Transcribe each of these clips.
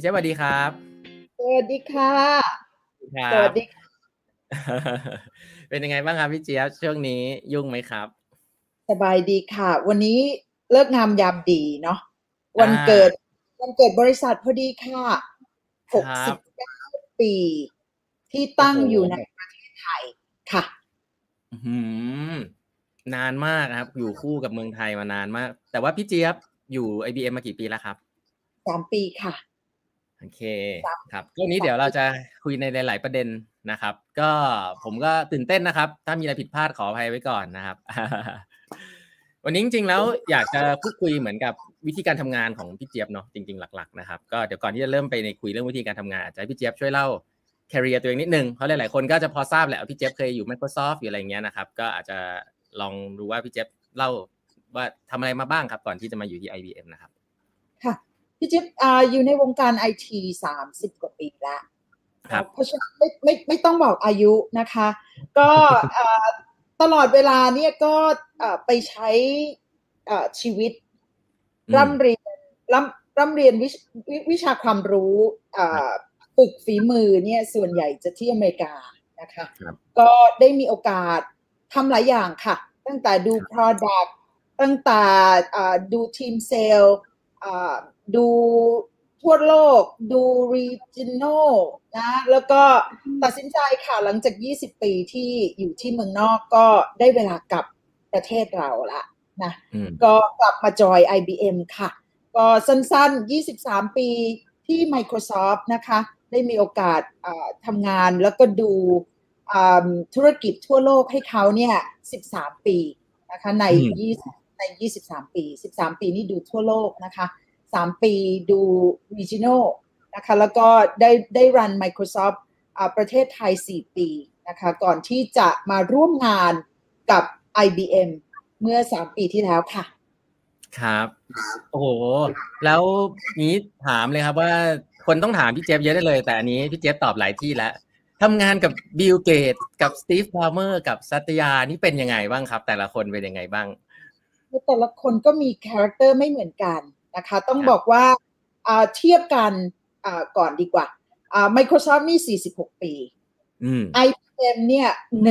เจ๊สวัสดีครับสวัสดีค่ะครับสวัสดีค่ะเป็นยังไงบ้างครับพี่เจี๊ยบช่วงนี้ยุ่งไหมครับสบายดีค่ะ วันนี้เลิกงามยามดีเนาะอ่วันเกิดาวันเกิดบริษัทพอดีค่ะครับปีที่โอ้โหตั้งอยู่ในประเทศไทยค่ะหืนานมากครับอยู่คู่กับเมืองไทยมานานมากแต่ว่าพี่เจี๊ยบอยู่ IBM มากี่ปีแล้วครับ 3 ปีค่ะโอเคครับช่วงนี้เดี๋ยวเรา 3 ปีจะคุยในหลายๆประเด็นนะครับก็ผมก็ตื่นเต้นนะครับถ้ามีอะไรผิดพลาดขออภัยไว้ก่อนนะครับวันนี้จริงๆแล้วอยากจะพูดคุยเหมือนกับวิธีการทำงานของพี่เจี๊ยบเนาะจริงๆหลักๆนะครับก็เดี๋ยวก่อนที่จะเริ่มไปในคุยเรื่องวิธีการทำงานอาจจะให้พี่เจี๊ยบช่วยเล่า career ตัวเองนิดนึงเพราะหลายๆคนก็จะพอทราบแหละว่าพี่เจี๊ยบเคยอยู่ Microsoft อยู่อะไรอย่างเงี้ยนะครับก็อาจจะลองดูว่าพี่เจี๊ยบเล่าว่าทำอะไรมาบ้างครับก่อนที่จะมาอยู่ที่ IBM นะครับค่ะพี่จิ๊บอยู่ในวงการไอที30 กว่าปีแล้วครับเพราะฉะนั้นไม่ต้องบอกอายุนะคะก็ตลอดเวลาเนี่ยก็ไปใช้ชีวิตอืมร่ำเรียนร่ำเรียนวิชาความรู้ครับฝึกฝีมือเนี่ยส่วนใหญ่จะที่อเมริกานะคะครับก็ได้มีโอกาสทำหลายอย่างค่ะตั้งแต่ดู Product ตั้งแต่ดูทีมเซลล์ดูทั่วโลกดู regional นะแล้วก็ตัดสินใจค่ะหลังจาก20 ปีที่อยู่ที่เมืองนอกก็ได้เวลากลับประเทศเราละนะอืมก็กลับมาจอย IBM ค่ะก็สั้นๆ23 ปีที่ Microsoft นะคะได้มีโอกาสทำงานแล้วก็ดูธุรกิจทั่วโลกให้เขาเนี่ย13 ปีนะคะอืมใน23 ปี13 ปีนี่ดูทั่วโลกนะคะ3 ปีดู regional นะคะแล้วก็ได้รัน Microsoft ประเทศไทย4 ปีนะคะก่อนที่จะมาร่วมงานกับ IBM เมื่อ3 ปีที่แล้วค่ะครับโอ้โหแล้วนี้ถามเลยครับว่าคนต้องถามพี่เจี๊ยบเยอะได้เลยแต่อันนี้พี่เจี๊ยบตอบหลายที่แล้วทำงานกับบิลเกตกับสตีฟบาร์เมอร์กับสัตยานี่เป็นยังไงบ้างครับแต่ละคนเป็นยังไงบ้างแต่ละคนก็มีคาแรคเตอร์ไม่เหมือนกันนะคะต้องครับบอกว่าเทียบกันก่อนดีกว่าMicrosoft นี่46 ปีอืม IBM เนี่ย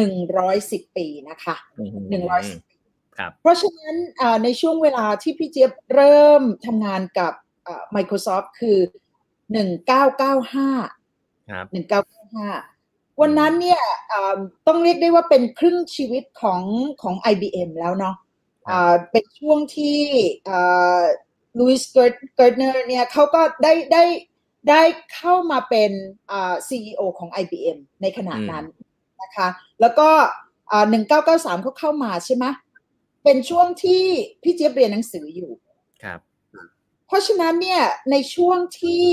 110 ปีนะคะอื 110 มครับเพราะฉะนั้นในช่วงเวลาที่พี่เจี๊ยบเริ่มทำงานกับMicrosoft คือ1995 ครับ 1995 อืวันนั้นมเนี่ยต้องเรียกได้ว่าเป็นครึ่งชีวิตของ IBM แล้วเนาะครับเป็นช่วงที่ลุยส์เกิร์ตเนอร์เนี่ยเขาก็ได้เข้ามาเป็นCEO ของ IBM ในขณะอืมนั้นนะคะแล้วก็1993เขาเข้ามาใช่ไหมเป็นช่วงที่พี่เจี๊ยบเรียนหนังสืออยู่ครับเพราะฉะนั้นเนี่ยในช่วงที่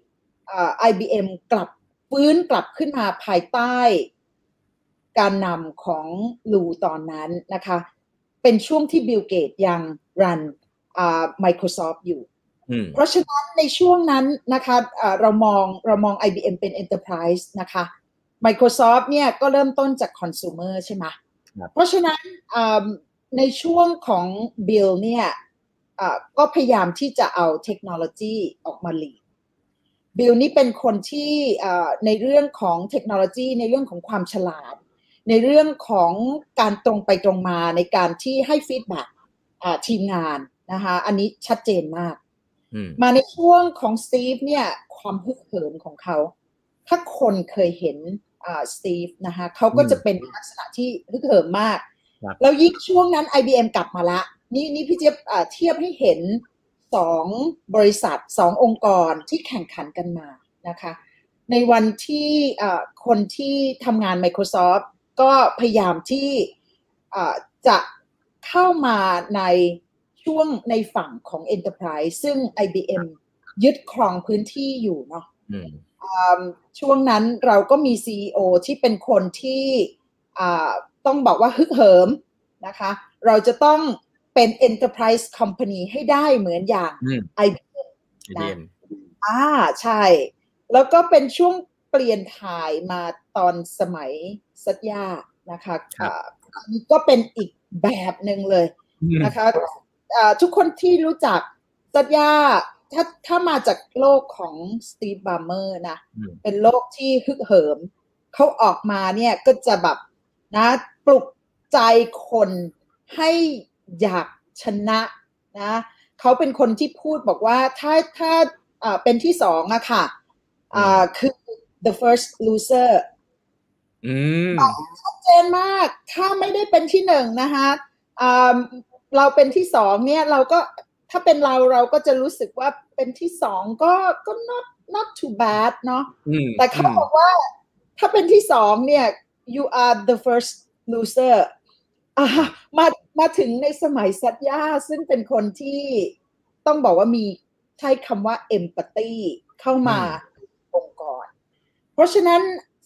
IBM กลับฟื้นกลับขึ้นมาภายใต้การนำของลูตอนนั้นนะคะเป็นช่วงที่บิลเกตยังรันMicrosoft อยู่อืมเพราะฉะนั้นในช่วงนั้นนะคะเรามอง IBM เป็น Enterprise นะคะ Microsoft เนี่ยก็เริ่มต้นจาก Consumer ใช่ไหมเพครับราะฉะนั้นในช่วงของ Bill เนี่ยก็พยายามที่จะเอาเทคโนโลยีออกมาลีดบิลนี่เป็นคนที่ในเรื่องของเทคโนโลยีในเรื่องของความฉลาดในเรื่องของการตรงไปตรงมาในการที่ให้ฟีดแบ็กทีมงานนะคะอันนี้ชัดเจนมากอืมมาในช่วงของสตีฟเนี่ยความฮึกเหิมของเขาถ้าคนเคยเห็นสตีฟนะคะเขาอืมก็จะเป็นลักษณะที่ฮึกเหิมมากครับแล้วยิ่งช่วงนั้น IBM กลับมาละนี่พี่เจี๊ยบเทียบให้เห็น2 บริษัท2 องค์กรที่แข่งขันกันมานะคะในวันที่คนที่ทำงาน Microsoft ก็พยายามที่จะเข้ามาในช่วงในฝั่งของ Enterprise ซึ่ง IBM ยึดครองพื้นที่อยู่เนาะอืมช่วงนั้นเราก็มี CEO ที่เป็นคนที่ต้องบอกว่าฮึกเหิมนะคะเราจะต้องเป็น Enterprise Company ให้ได้เหมือนอย่างอืม IBM นะ IBM ใช่แล้วก็เป็นช่วงเปลี่ยนถ่ายมาตอนสมัยสัตยานะคะครับอันนี้ก็เป็นอีกแบบหนึ่งเลยอืมนะคะทุกคนที่รู้จักสัตยาถ้ามาจากโลกของสตีฟบาร์เมอร์นะๆเป็นโลกที่ฮึกเหิมเขาออกมาเนี่ยก็จะแบบนะปลุกใจคนให้อยากชนะนะเขาเป็นคนที่พูดบอกว่าถ้าเป็นที่สองอะค่ะคือ the first loser ชัดเจนมากถ้าไม่ได้เป็นที่หนึ่งนะคะเราเป็นที่สองเนี่ยเราก็ถ้าเป็นเราก็จะรู้สึกว่าเป็นที่สองก็ not too bad เนาะแต่เขาบอกว่าถ้าเป็นที่สองเนี่ย you are the first loser มาถึงในสมัยสัตยาซึ่งเป็นคนที่ต้องบอกว่ามีใช้คำว่า empathy เข้ามาองค์กรเพราะฉะนั้น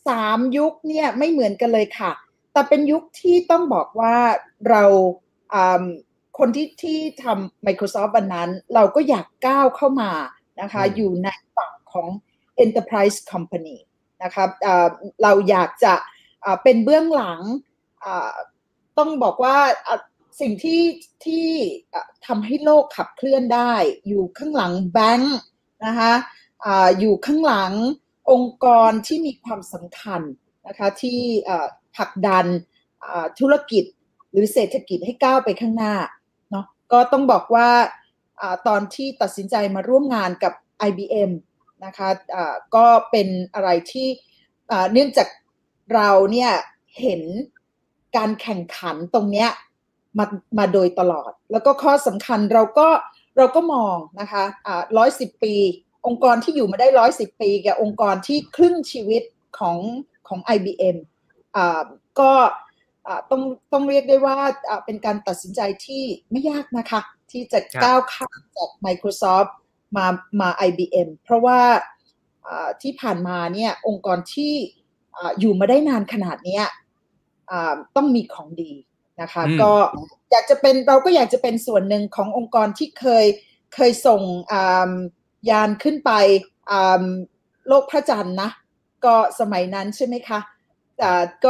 3ยุคเนี่ยไม่เหมือนกันเลยค่ะแต่เป็นยุคที่ต้องบอกว่าเราคนที่ทำ Microsoft วันนั้นเราก็อยากก้าวเข้ามานะคะอยู่ในฝั่งของ Enterprise Company นะครับเราอยากจะเป็นเบื้องหลังต้องบอกว่าสิ่งที่ทำให้โลกขับเคลื่อนได้อยู่ข้างหลังแบงค์นะคะอยู่ข้างหลังองค์กรที่มีความสำคัญนะคะที่ผลักดันธุรกิจหรือเศรษฐกิจให้ก้าวไปข้างหน้าเนาะก็ต้องบอกว่าตอนที่ตัดสินใจมาร่วมงานกับ IBM นะคะก็เป็นอะไรที่เนื่องจากเราเนี่ยเห็นการแข่งขันตรงเนี้ยมาโดยตลอดแล้วก็ข้อสำคัญเราก็มองนะคะ110 ปีองค์กรที่อยู่มาได้110 ปีกับองค์กรที่ครึ่งชีวิตของ IBM ก็ต้องเรียกได้ว่าเป็นการตัดสินใจที่ไม่ยากนะคะที่จะก้าวข้ามจาก Microsoft มา IBM เพราะว่าที่ผ่านมาเนี่ยองค์กรที่อยู่มาได้นานขนาดนี้ต้องมีของดีนะคะก็เราก็อยากจะเป็นส่วนหนึ่งขององค์กรที่เคยส่งยานขึ้นไปโลกพระจันทร์นะก็สมัยนั้นใช่ไหมคะก็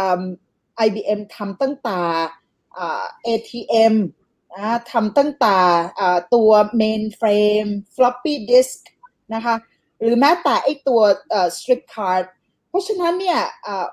IBM ทำตั้งแต่ATM นะทำตั้งแต่ตัว mainframe floppy disk นะคะหรือแม้แต่ไอ้ตัวstrip card เพราะฉะนั้นเนี่ย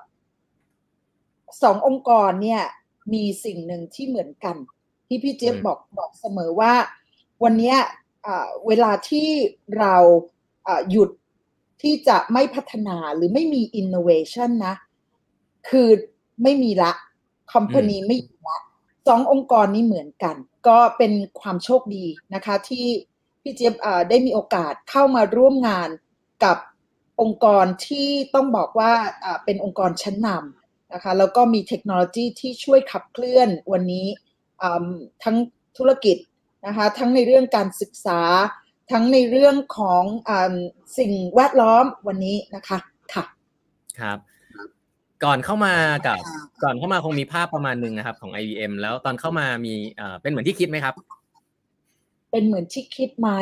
สององค์กรเนี่ยมีสิ่งหนึ่งที่เหมือนกันที่พี่เจี๊ยบบอกเสมอว่าวันนี้เวลาที่เราหยุดที่จะไม่พัฒนาหรือไม่มี innovation นะคือไม่มีละ company ไม่มีละสององค์กรนี้เหมือนกันก็เป็นความโชคดีนะคะที่พี่เจี๊ยบได้มีโอกาสเข้ามาร่วมงานกับองค์กรที่ต้องบอกว่าเป็นองค์กรชั้นนำนะคะแล้วก็มีเทคโนโลยีที่ช่วยขับเคลื่อนวันนี้ทั้งธุรกิจนะคะทั้งในเรื่องการศึกษาทั้งในเรื่องของสิ่งแวดล้อมวันนี้นะคะค่ะครับก่อนเข้ามาคงมีภาพประมาณนึงนะครับของ IBM แล้วตอนเข้ามามีเป็นเหมือนที่คิดไหมครับเป็นเหมือนที่คิดไหม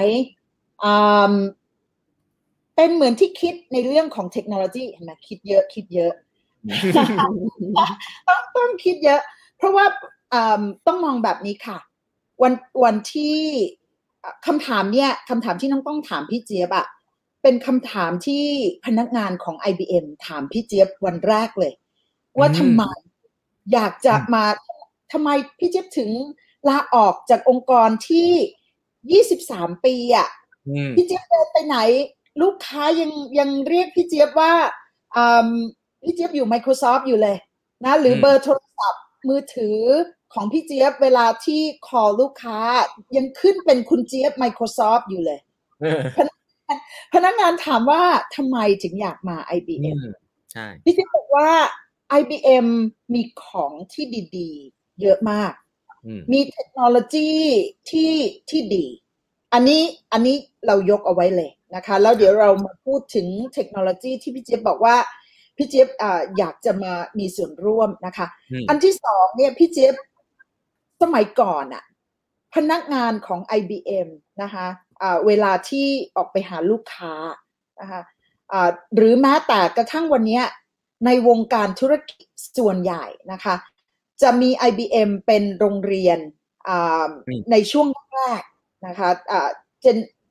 เป็นเหมือนที่คิดในเรื่องของเทคโนโลยีเห็นไหมคิดเยอะต้องคิดเยอะเพราะว่าต้องมองแบบนี้ค่ะวันที่คำถามที่น้องต้องถามพี่เจี๊ยบอะเป็นคำถามที่พนักงานของ IBM ถามพี่เจี๊ยบวันแรกเลยว่าทำไมอยากจะมาทำไมพี่เจี๊ยบถึงลาออกจากองค์กรที่23 ปีอะพี่เจี๊ยบเดินไปไหนลูกค้ายังเรียกพี่เจี๊ยบว่าพี่เจี๊ยบอยู่ Microsoft อยู่เลยนะหรือเบอร์โทรศัพท์มือถือของพี่เจี๊ยบเวลาที่ call ลูกค้ายังขึ้นเป็นคุณเจี๊ยบ Microsoft อยู่เลยพนักงานถามว่าทำไมถึงอยากมา IBM ใช่พี่เจี๊ยบบอกว่า IBM มีของที่ดีๆเยอะมากมีเทคโนโลยีที่ดีอันนี้เรายกเอาไว้เลยนะคะแล้วเดี๋ยวเรามาพูดถึงเทคโนโลยีที่พี่เจี๊ยบบอกว่าพี่เจี๊ยบอยากจะมามีส่วนร่วมนะคะอันที่สองเนี่ยพี่เจี๊ยบสมัยก่อนพนักงานของ IBM นะคะเวลาที่ออกไปหาลูกค้านะคะหรือแม้แต่กระทั่งวันนี้ในวงการธุรกิจส่วนใหญ่นะคะจะมี IBM เป็นโรงเรียนในช่วงแรกนะคะ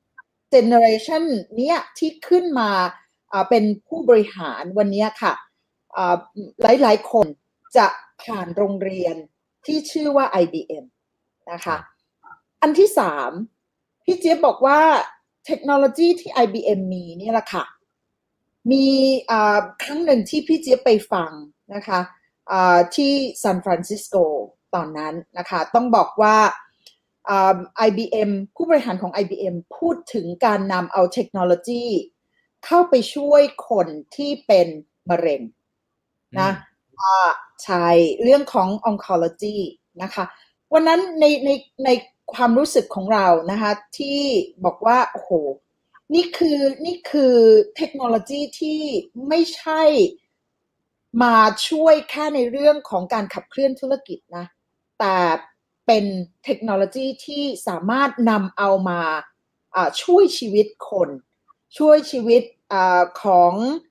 เจเนอเรชันเนี้ยที่ขึ้นมาเป็นผู้บริหารวันนี้ค่ะหลายๆคนจะผ่านโรงเรียนที่ชื่อว่า IBM นะคะอันที่สามพี่เจี๊ยบบอกว่าเทคโนโลยีที่ IBM มีนี่แหละค่ะมีครั้งหนึ่งที่พี่เจี๊ยบไปฟังนะคะที่ซานฟรานซิสโกตอนนั้นนะคะต้องบอกว่าIBM ผู้บริหารของ IBM พูดถึงการนำเอาเทคโนโลยีเข้าไปช่วยคนที่เป็นมะเร็งนะใช่เรื่องของ oncology นะคะวันนั้นในความรู้สึกของเรานะคะที่บอกว่าโอ้โหนี่คือเทคโนโลยีที่ไม่ใช่มาช่วยแค่ในเรื่องของการขับเคลื่อนธุรกิจนะแต่เป็นเทคโนโลยีที่สามารถนำเอามาช่วยชีวิตคนช่วยชีวิตของ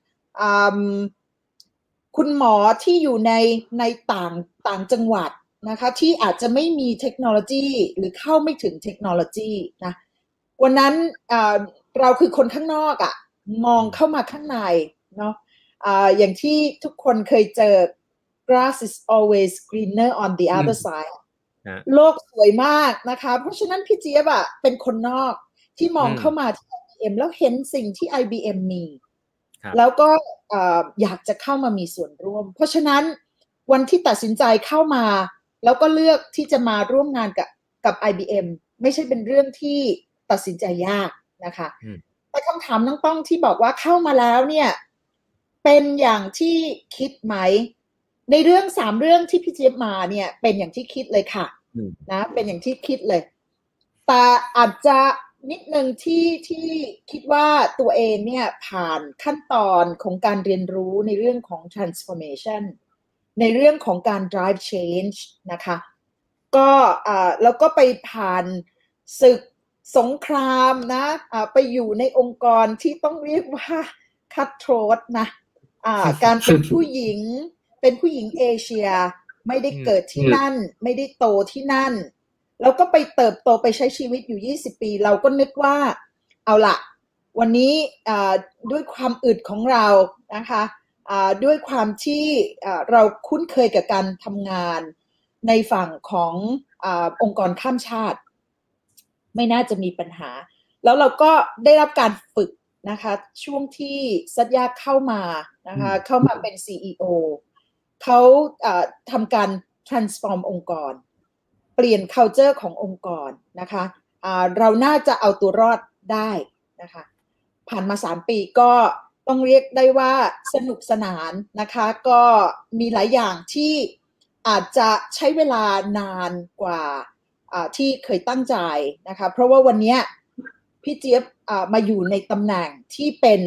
คุณหมอที่อยู่ในต่างจังหวัดนะคะที่อาจจะไม่มีเทคโนโลยีหรือเข้าไม่ถึงเทคโนโลยีนะวันนั้นเราคือคนข้างนอกมองเข้ามาข้างในเนาะอย่างที่ทุกคนเคยเจอ grass is always greener on the other side โลกสวยมากนะคะเพราะฉะนั้นพี่เจี๊ยบเป็นคนนอกที่มองเข้ามาที่ IBM แล้วเห็นสิ่งที่ IBM มีแล้วก็อยากจะเข้ามามีส่วนร่วมเพราะฉะนั้นวันที่ตัดสินใจเข้ามาแล้วก็เลือกที่จะมาร่วมงานกับ IBM ไม่ใช่เป็นเรื่องที่ตัดสินใจยากนะคะแต่คำถามน้องป้องที่บอกว่าเข้ามาแล้วเนี่ยเป็นอย่างที่คิดไหมในเรื่อง3เรื่องที่พี่เจี๊ยบมาเนี่ยเป็นอย่างที่คิดเลยค่ะนะเป็นอย่างที่คิดเลยแต่อาจจะนิดนึงที่คิดว่าตัวเองเนี่ยผ่านขั้นตอนของการเรียนรู้ในเรื่องของ transformation ในเรื่องของการ drive change นะคะก็แล้วก็ไปผ่านศึกสงครามนะไปอยู่ในองค์กรที่ต้องเรียกว่าคัทโทรสนะการเป็นผู้หญิงเอเชียไม่ได้เกิดที่นั่นไม่ได้โตที่นั่นแล้วก็ไปเติบโตไปใช้ชีวิตอยู่20ปีเราก็นึกว่าเอาล่ะวันนี้ด้วยความอึดของเรานะคะด้วยความที่เราคุ้นเคยกับการทำงานในฝั่งขององค์กรข้ามชาติไม่น่าจะมีปัญหาแล้วเราก็ได้รับการฝึกนะคะช่วงที่สัญญาเข้ามานะคะเข้ามาเป็น CEO เขาทำการ transform องค์กรเปลี่ยน culture ขององค์กรนะคะเราน่าจะเอาตัวรอดได้นะคะผ่านมา3ปีก็ต้องเรียกได้ว่าสนุกสนานนะคะก็มีหลายอย่างที่อาจจะใช้เวลานานกว่าที่เคยตั้งใจนะคะเพราะว่าวันนี้พี่เจี๊ยบมาอยู่ในตำแหน่งที่เป็น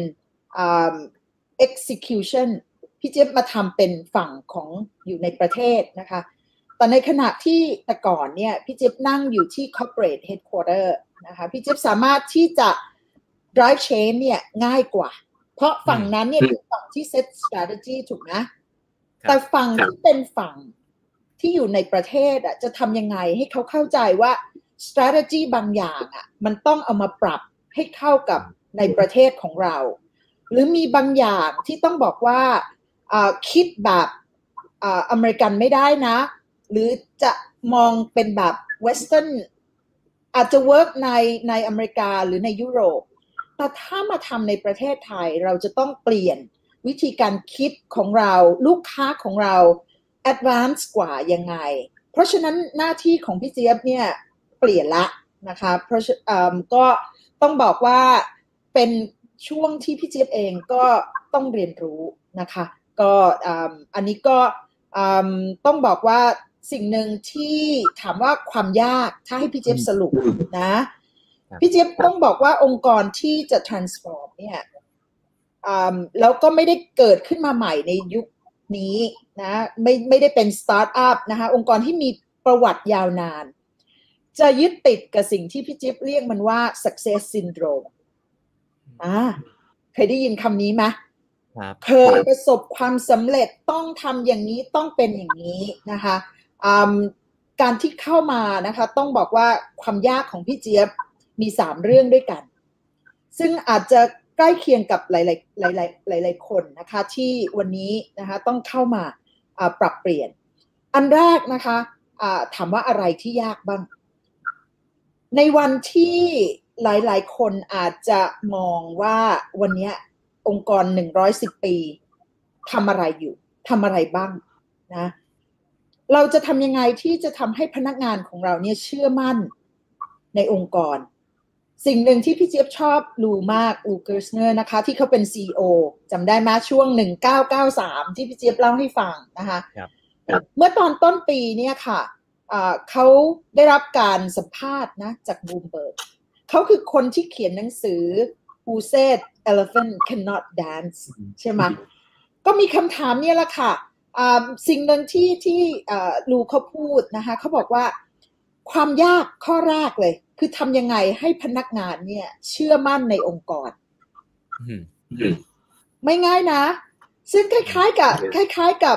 execution พี่เจี๊ยบมาทำเป็นฝั่งของอยู่ในประเทศนะคะแต่ในขณะที่แต่ก่อนเนี่ยพี่เจี๊ยบนั่งอยู่ที่ corporate headquarter นะคะพี่เจี๊ยบสามารถที่จะ drive change เนี่ยง่ายกว่าเพราะฝั่งนั้นเนี่ยเป็นฝั่งที่ set strategy ถูกนะแต่ฝั่งที่เป็นฝั่งที่อยู่ในประเทศจะทำยังไงให้เขาเข้าใจว่า strategy บางอย่างมันต้องเอามาปรับให้เข้ากับในประเทศของเราหรือมีบางอย่างที่ต้องบอกว่าคิดแบบอเมริกันไม่ได้นะหรือจะมองเป็นแบบเวสเทิร์นอาจจะเวิร์กในอเมริกาหรือในยุโรปแต่ถ้ามาทำในประเทศไทยเราจะต้องเปลี่ยนวิธีการคิดของเราลูกค้าของเรา advance กว่ายังไงเพราะฉะนั้นหน้าที่ของพี่เจี๊ยบเนี่ยเปลี่ยนละนะคะเพราะก็ต้องบอกว่าเป็นช่วงที่พี่เจี๊ยบเองก็ต้องเรียนรู้นะคะก็อันนี้ก็ต้องบอกว่าสิ่งหนึ่งที่ถามว่าความยากถ้าให้พี่เจี๊ยบสรุปนะพี่เจี๊ยบต้องบอกว่าองค์กรที่จะ transform เนี่ยแล้วก็ไม่ได้เกิดขึ้นมาใหม่ในยุคนี้นะไม่ได้เป็นสตาร์ทอัพนะคะองค์กรที่มีประวัติยาวนานจะยึดติดกับสิ่งที่พี่เจี๊ยบเรียกมันว่า success syndrome เคยได้ยินคำนี้ไหมเคยประสบความสำเร็จต้องทำอย่างนี้ต้องเป็นอย่างนี้นะคะการที่เข้ามานะคะต้องบอกว่าความยากของพี่เจี๊ยบมี3เรื่องด้วยกันซึ่งอาจจะใกล้เคียงกับหลายคนนะคะที่วันนี้นะคะต้องเข้ามาปรับเปลี่ยนอันแรกนะคะถามว่าอะไรที่ยากบ้างในวันที่หลายคนอาจจะมองว่าวันนี้องค์กร110 ปีทำอะไรอยู่ทำอะไรบ้างนะเราจะทำยังไงที่จะทำให้พนักงานของเราเนี่ยเชื่อมั่นในองค์กรสิ่งหนึ่งที่พี่เจี๊ยบชอบลูมากลูเกอร์สเนอร์นะคะที่เขาเป็น CEO จำได้ไหมช่วง1993ที่พี่เจี๊ยบเล่าให้ฟังนะคะเมื่อตอนต้นปีเนี่ยค่ะเขาได้รับการสัมภาษณ์นะจากบูมเบิร์กเขาคือคนที่เขียนหนังสือ Who Said Elephant Cannot Dance ใช่ไหมก็มีคำถามเนี่ยแหละค่ะสิ่งหนึ่งที่ลูเขาพูดนะคะเขาบอกว่าความยากข้อแรกเลยคือทำยังไงให้พนักงานเนี่ยเชื่อมั่นในองค์กรไม่ง่ายนะซึ่งคล้ายๆกับ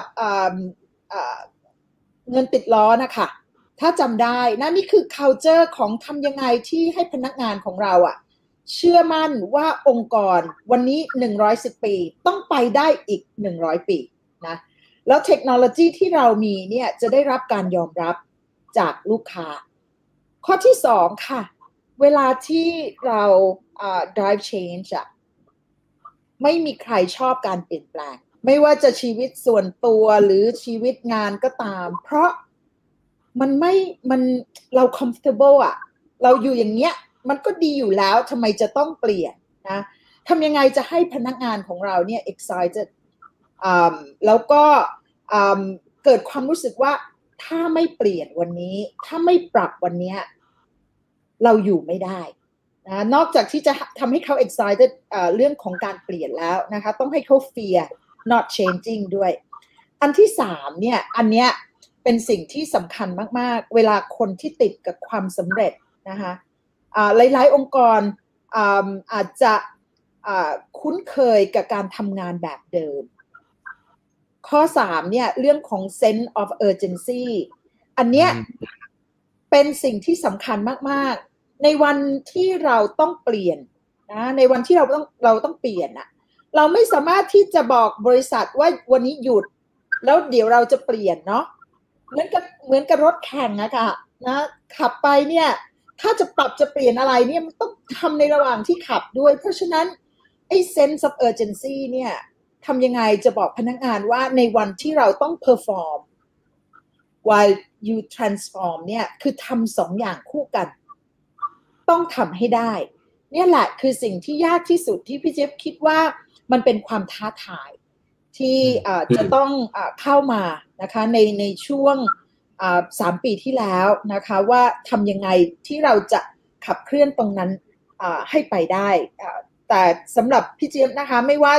เงินติดล้อนะคะถ้าจำได้นะนี่คือ culture ของทำยังไงที่ให้พนักงานของเราเชื่อมั่นว่าองค์กรวันนี้110 ปีต้องไปได้อีก100 ปีนะแล้วเทคโนโลยีที่เรามีเนี่ยจะได้รับการยอมรับจากลูกค้าข้อที่2ค่ะเวลาที่เราdrive change ไม่มีใครชอบการเปลี่ยนแปลงไม่ว่าจะชีวิตส่วนตัวหรือชีวิตงานก็ตามเพราะมันเรา comfortable เราอยู่อย่างเงี้ยมันก็ดีอยู่แล้วทำไมจะต้องเปลี่ยนนะทำยังไงจะให้พนักงานของเราเนี่ย excited แล้วก็เกิดความรู้สึกว่าถ้าไม่เปลี่ยนวันนี้ถ้าไม่ปรับวันนี้เราอยู่ไม่ได้นะนอกจากที่จะทำให้เขา excited เรื่องของการเปลี่ยนแล้วนะคะต้องให้เขา fear not changing ด้วยอันที่3เนี่ยอันเนี้ยเป็นสิ่งที่สำคัญมากๆเวลาคนที่ติดกับความสำเร็จนะคะหลายๆองค์กรอาจจะคุ้นเคยกับการทำงานแบบเดิมข้อ3เนี่ยเรื่องของ sense of urgency อันเนี้ยเป็นสิ่งที่สำคัญมากๆในวันที่เราต้องเปลี่ยนนะในวันที่เราต้องเปลี่ยนเราไม่สามารถที่จะบอกบริษัทว่าวันนี้หยุดแล้วเดี๋ยวเราจะเปลี่ยนเนาะเหมือนกับรถแข่งนะคะนะขับไปเนี่ยถ้าจะปรับจะเปลี่ยนอะไรเนี่ยมันต้องทำในระหว่างที่ขับด้วยเพราะฉะนั้นไอ้ sense of urgency เนี่ยทำยังไงจะบอกพนักงานว่าในวันที่เราต้อง perform while you transform เนี่ยคือทำ2 อย่างคู่กันต้องทำให้ได้เนี่ยแหละคือสิ่งที่ยากที่สุดที่พี่เจี๊ยบคิดว่ามันเป็นความท้าทายที่จะต้องเข้ามานะคะในช่วง3 ปีที่แล้วนะคะว่าทำยังไงที่เราจะขับเคลื่อนตรงนั้นให้ไปได้แต่สำหรับพี่เจี๊ยบนะคะไม่ว่า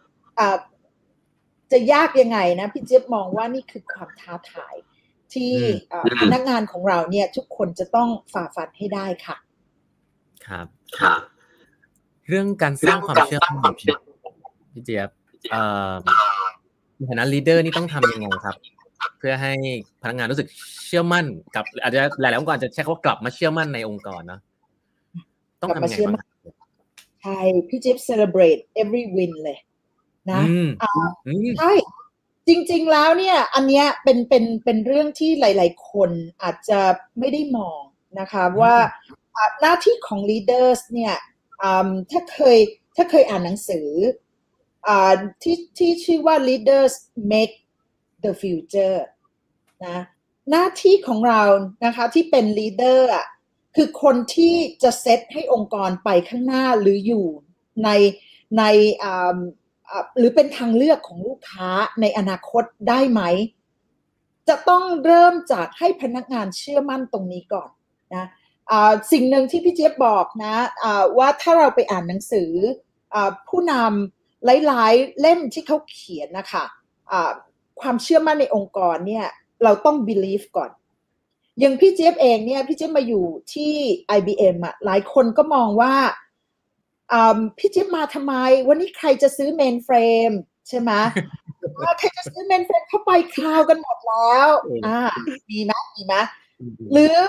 จะยากยังไงนะพี่เจี๊ยบมองว่านี่คือความท้าทายที่พนักงานของเราเนี่ยทุกคนจะต้องฝ่าฟันให้ได้ค่ะครับเรื่องการสร้างความเชื่อมั่นพี่เจี๊ยบในฐานะลีดเดอร์นี่ต้องทำยังไงครับเพื่อให้พนักงานรู้สึกเชื่อมั่นกับอาจจะหลายๆองค์กรจะใช้คำว่ากลับมาเชื่อมั่นในองค์กรเนาะต้องทำยังไงบ้างใช่พี่เจี๊ยบ celebrate every win เลยนะใช่จริงๆแล้วเนี่ยอันเนี้ยเป็นเรื่องที่หลายๆคนอาจจะไม่ได้มองนะคะว่าหน้าที่ของ leaders เนี่ยถ้าเคยอ่านหนังสือที่ชื่อว่า leaders make the future นะหน้าที่ของเรานะคะที่เป็น leader คือคนที่จะเซตให้องค์กรไปข้างหน้าหรืออยู่ในหรือเป็นทางเลือกของลูกค้าในอนาคตได้ไหมจะต้องเริ่มจากให้พนักงานเชื่อมั่นตรงนี้ก่อนนะสิ่งหนึ่งที่พี่เจี๊ยบบอกนะว่าถ้าเราไปอ่านหนังสือผู้นำหลายๆเล่มที่เขาเขียนนะคะความเชื่อมั่นในองค์กรเนี่ยเราต้อง believe ก่อนอย่างพี่เจี๊ยบเองเนี่ยพี่เจี๊ยบมาอยู่ที่ IBM หลายคนก็มองว่าพี่เจี๊ยบมาทำไมวันนี้ใครจะซื้อเมนเฟรมใช่ไหมใครจะซื้อเมนเฟรมเข้าไปคลาวกันหมดแล้วมีไหมหรือบาง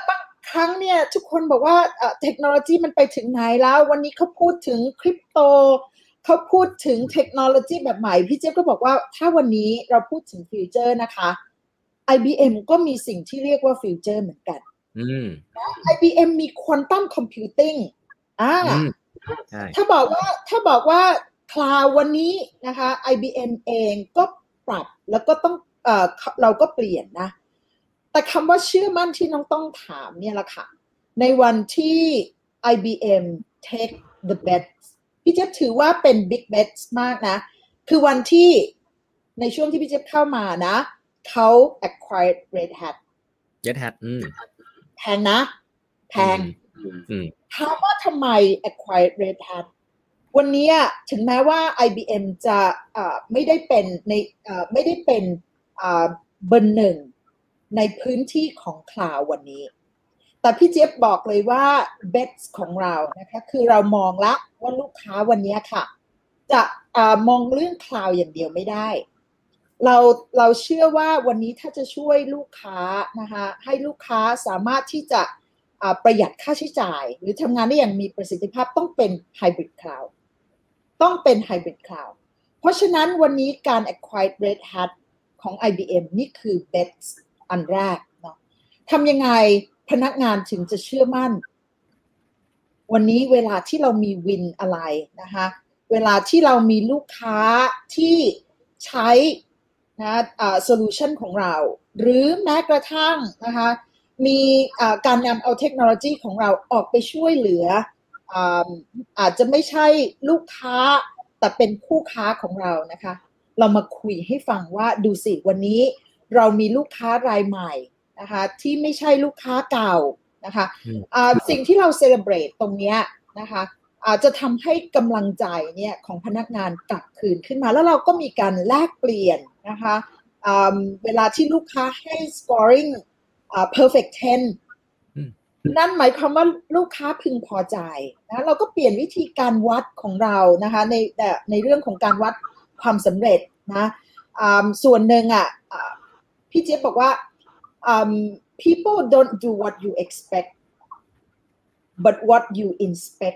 ครั้งเนี่ยทุกคนบอกว่าเทคโนโลยีมันไปถึงไหนแล้ววันนี้เขาพูดถึงคริปโตเขาพูดถึงเทคโนโลยีแบบใหม่พี่เจ๊ก็บอกว่าถ้าวันนี้เราพูดถึงฟิวเจอร์นะคะ IBM ก็มีสิ่งที่เรียกว่าฟิวเจอร์เหมือนกัน IBM มีควอนตัมคอมพิวติ้งถ้าบอกว่าคลาววันนี้นะคะ IBM เองก็ปรับแล้วก็ต้องเราก็เปลี่ยนนะแต่คำว่าเชื่อมั่นที่น้องต้องถามเนี่ยแหละค่ะในวันที่ IBM take the bet พี่เจ๊ถือว่าเป็น big bets มากนะคือวันที่ในช่วงที่พี่เจ๊เข้ามานะเขา acquired Red Hat แพงนะแพงถามว่าทำไม acquired Red Hat วันนี้ถึงแม้ว่า IBM จะไม่ได้เป็นเบอร์หนึ่งในพื้นที่ของคลาวด์วันนี้แต่พี่เจี๊ยบบอกเลยว่า bets ของเรานะคะคือเรามองละว่าลูกค้าวันนี้ค่ะจะมองเรื่องคลาวด์อย่างเดียวไม่ได้เราเชื่อว่าวันนี้ถ้าจะช่วยลูกค้านะคะให้ลูกค้าสามารถที่จะประหยัดค่าใช้จ่ายหรือทำงานได้อย่างมีประสิทธิภาพต้องเป็น hybrid cloud ต้องเป็น hybrid cloud เพราะฉะนั้นวันนี้การ acquire Red Hat ของ IBM นี่คือ bets อันแรกเนาะทำยังไงพนักงานถึงจะเชื่อมั่นวันนี้เวลาที่เรามีวินอะไรนะคะเวลาที่เรามีลูกค้าที่ใช้นะโซลูชันของเราหรือแม้กระทั่งนะคะมีการนำเอาเทคโนโลยีของเราออกไปช่วยเหลืออาจจะไม่ใช่ลูกค้าแต่เป็นคู่ค้าของเรานะคะเรามาคุยให้ฟังว่าดูสิวันนี้เรามีลูกค้ารายใหม่นะคะที่ไม่ใช่ลูกค้าเก่านะคะสิ่งที่เราเซเลบรตตรงนี้นะคะจะทำให้กำลังใจเนี่ยของพนักงานกลับคืนขึ้นมาแล้วเราก็มีการแลกเปลี่ยนนะคะเวลาที่ลูกค้าให้ scoring perfect 10นั่นหมายความว่าลูกค้าพึงพอใจนะเราก็เปลี่ยนวิธีการวัดของเรานะคะในเรื่องของการวัดความสำเร็จนะส่วนหนึ่งพี่เจี๊ยบบอกว่าpeople don't do what you expect but what you inspect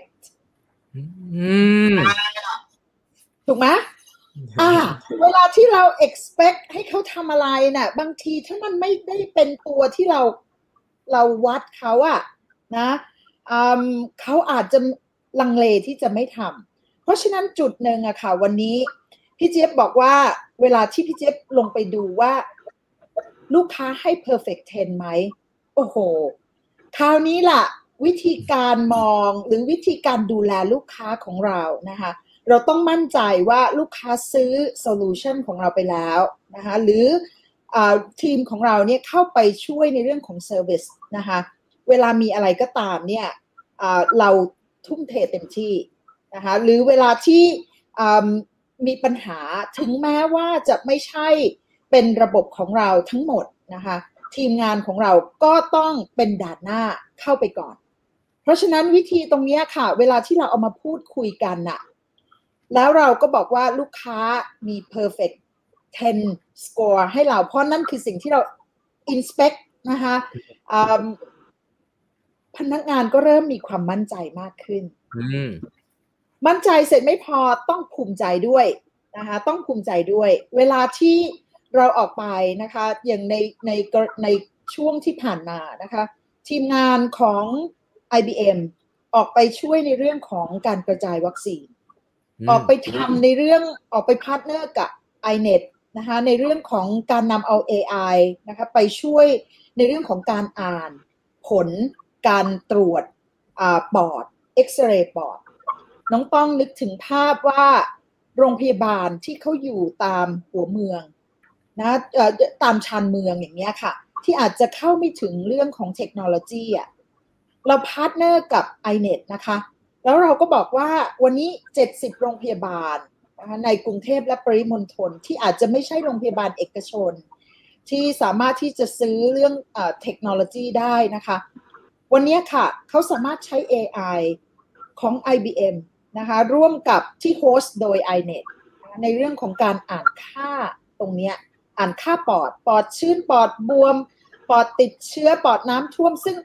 ถูกไหมเวลาที่เรา expect ให้เขาทำอะไรน่ะบางทีถ้ามันไม่ได้เป็นตัวที่เราวัดเขานะเขาอาจจะลังเลที่จะไม่ทำเพราะฉะนั้นจุดหนึ่งค่ะวันนี้พี่เจี๊ยบบอกว่าเวลาที่พี่เจี๊ยบลงไปดูว่าลูกค้าให้ perfect 10ไหมโอ้โหคราวนี้ล่ะวิธีการมองหรือวิธีการดูแลลูกค้าของเรานะคะเราต้องมั่นใจว่าลูกค้าซื้อโซลูชันของเราไปแล้วนะคะหรือทีมของเราเนี่ยเข้าไปช่วยในเรื่องของเซอร์วิสนะคะเวลามีอะไรก็ตามเนี่ยเราทุ่มเทเต็มที่นะคะหรือเวลาที่มีปัญหาถึงแม้ว่าจะไม่ใช่เป็นระบบของเราทั้งหมดนะคะทีมงานของเราก็ต้องเป็นด่านหน้าเข้าไปก่อนเพราะฉะนั้นวิธีตรงนี้ค่ะเวลาที่เราเอามาพูดคุยกันแล้วเราก็บอกว่าลูกค้ามี perfect 10 score ให้เราเพราะนั่นคือสิ่งที่เรา inspect นะคะพนักงานก็เริ่มมีความมั่นใจมากขึ้นมั่นใจเสร็จไม่พอต้องภูมิใจด้วยนะคะต้องภูมิใจด้วยเวลาที่เราออกไปนะคะอย่างในช่วงที่ผ่านมานะคะทีมงานของ IBM ออกไปช่วยในเรื่องของการกระจายวัคซีนออกไปทำในเรื่องออกไปพาร์ทเนอร์กับ iNet นะคะในเรื่องของการนำเอา AI นะคะไปช่วยในเรื่องของการอ่านผลการตรวจปอดเอ็กซเรย์ปอดน้องต้องนึกถึงภาพว่าโรงพยาบาลที่เขาอยู่ตามหัวเมืองนะตามชานเมืองอย่างเงี้ยค่ะที่อาจจะเข้าไม่ถึงเรื่องของเทคโนโลยีเราพาร์ทเนอร์กับ iNet นะคะแล้วเราก็บอกว่าวันนี้70โรงพยาบาลนะคะในกรุงเทพและปริมณฑลที่อาจจะไม่ใช่โรงพยาบาลเอกชนที่สามารถที่จะซื้อเรื่องเทคโนโลยีได้นะคะวันนี้ค่ะเขาสามารถใช้ AI ของ IBM นะคะร่วมกับที่โฮสต์โดย iNet ในเรื่องของการอ่านค่าตรงนี้อ่านค่าปอดชื้นปอดบวมปอดติดเชื้อปอดน้ำท่วม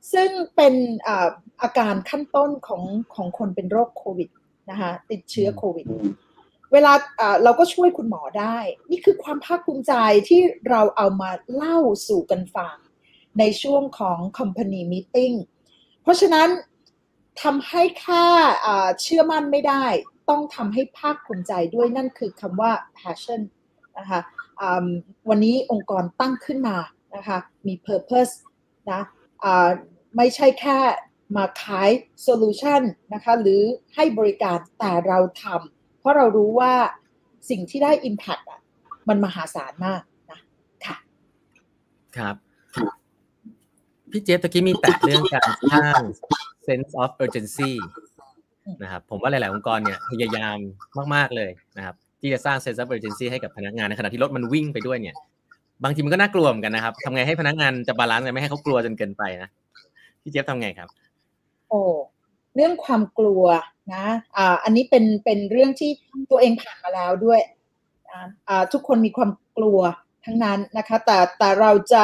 ซึ่งเป็นอาการขั้นต้นของคนเป็นโรคโควิดนะคะติดเชื้อโควิดเวลาเราก็ช่วยคุณหมอได้นี่คือความภาคภูมิใจที่เราเอามาเล่าสู่กันฟังในช่วงของ company meeting เพราะฉะนั้นทำให้แค่เชื่อมั่นไม่ได้ต้องทำให้ภาคภูมิใจด้วยนั่นคือคำว่า passion นะคะวันนี้องค์กรตั้งขึ้นมานะคะมี purpose นะไม่ใช่แค่มาขาย solution นะคะหรือให้บริการแต่เราทำเพราะเรารู้ว่าสิ่งที่ได้ impact มันมหาศาลมากนะค่ะครับพี่เจฟตะกี้มีแตะเรื่องการสร้าง sense of urgency นะครับผมว่าหลายๆองค์กรเนี่ยพยายามมากๆเลยนะครับที่จะสร้าง sense of urgency ให้กับพนักงานในขณะที่รถมันวิ่งไปด้วยเนี่ยบางทีมันก็น่ากลัวเหมือนกันนะครับทำไงให้พนักงานจะบาลานซ์กันไม่ให้เขากลัวจนเกินไปนะพี่เจฟทำไงครับเรื่องความกลัวนะอันนี้เป็นเรื่องที่ตัวเองผ่านมาแล้วด้วยทุกคนมีความกลัวทั้งนั้นนะคะแต่เราจะ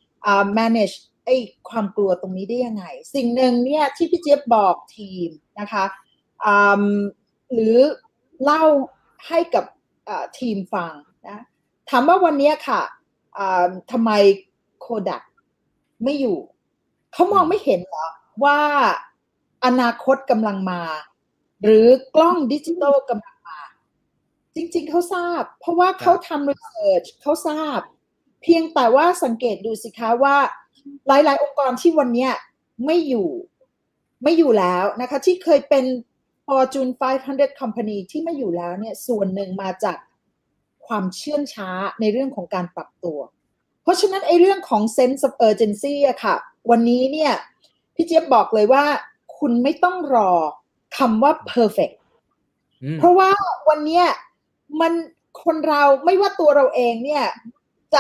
manage ไอ้ความกลัวตรงนี้ได้ยังไงสิ่งหนึ่งเนี่ยที่พี่เจี๊ยบบอกทีมนะคะหรือเล่าให้กับทีมฟังนะถามว่าวันนี้ค่ะทำไมโคดักไม่อยู่เขามองไม่เห็นเหรอว่าอนาคตกำลังมาหรือกล้องดิจิตอลกำลังมาจริงๆเขาทราบเพราะว่าเขาทำรีเสิร์ชเขาทราบเพียงแต่ว่าสังเกตดูสิคะว่าหลายๆองค์กรที่วันนี้ไม่อยู่แล้วนะคะที่เคยเป็น Fortune 500 Company ที่ไม่อยู่แล้วเนี่ยส่วนหนึ่งมาจากความเชื่องช้าในเรื่องของการปรับตัวเพราะฉะนั้นไอ้เรื่องของ sense of urgency อะค่ะวันนี้เนี่ยพี่เจี๊ยบบอกเลยว่าคุณไม่ต้องรอคำว่า perfect เพราะว่าวันนี้มันคนเราไม่ว่าตัวเราเองเนี่ยจะ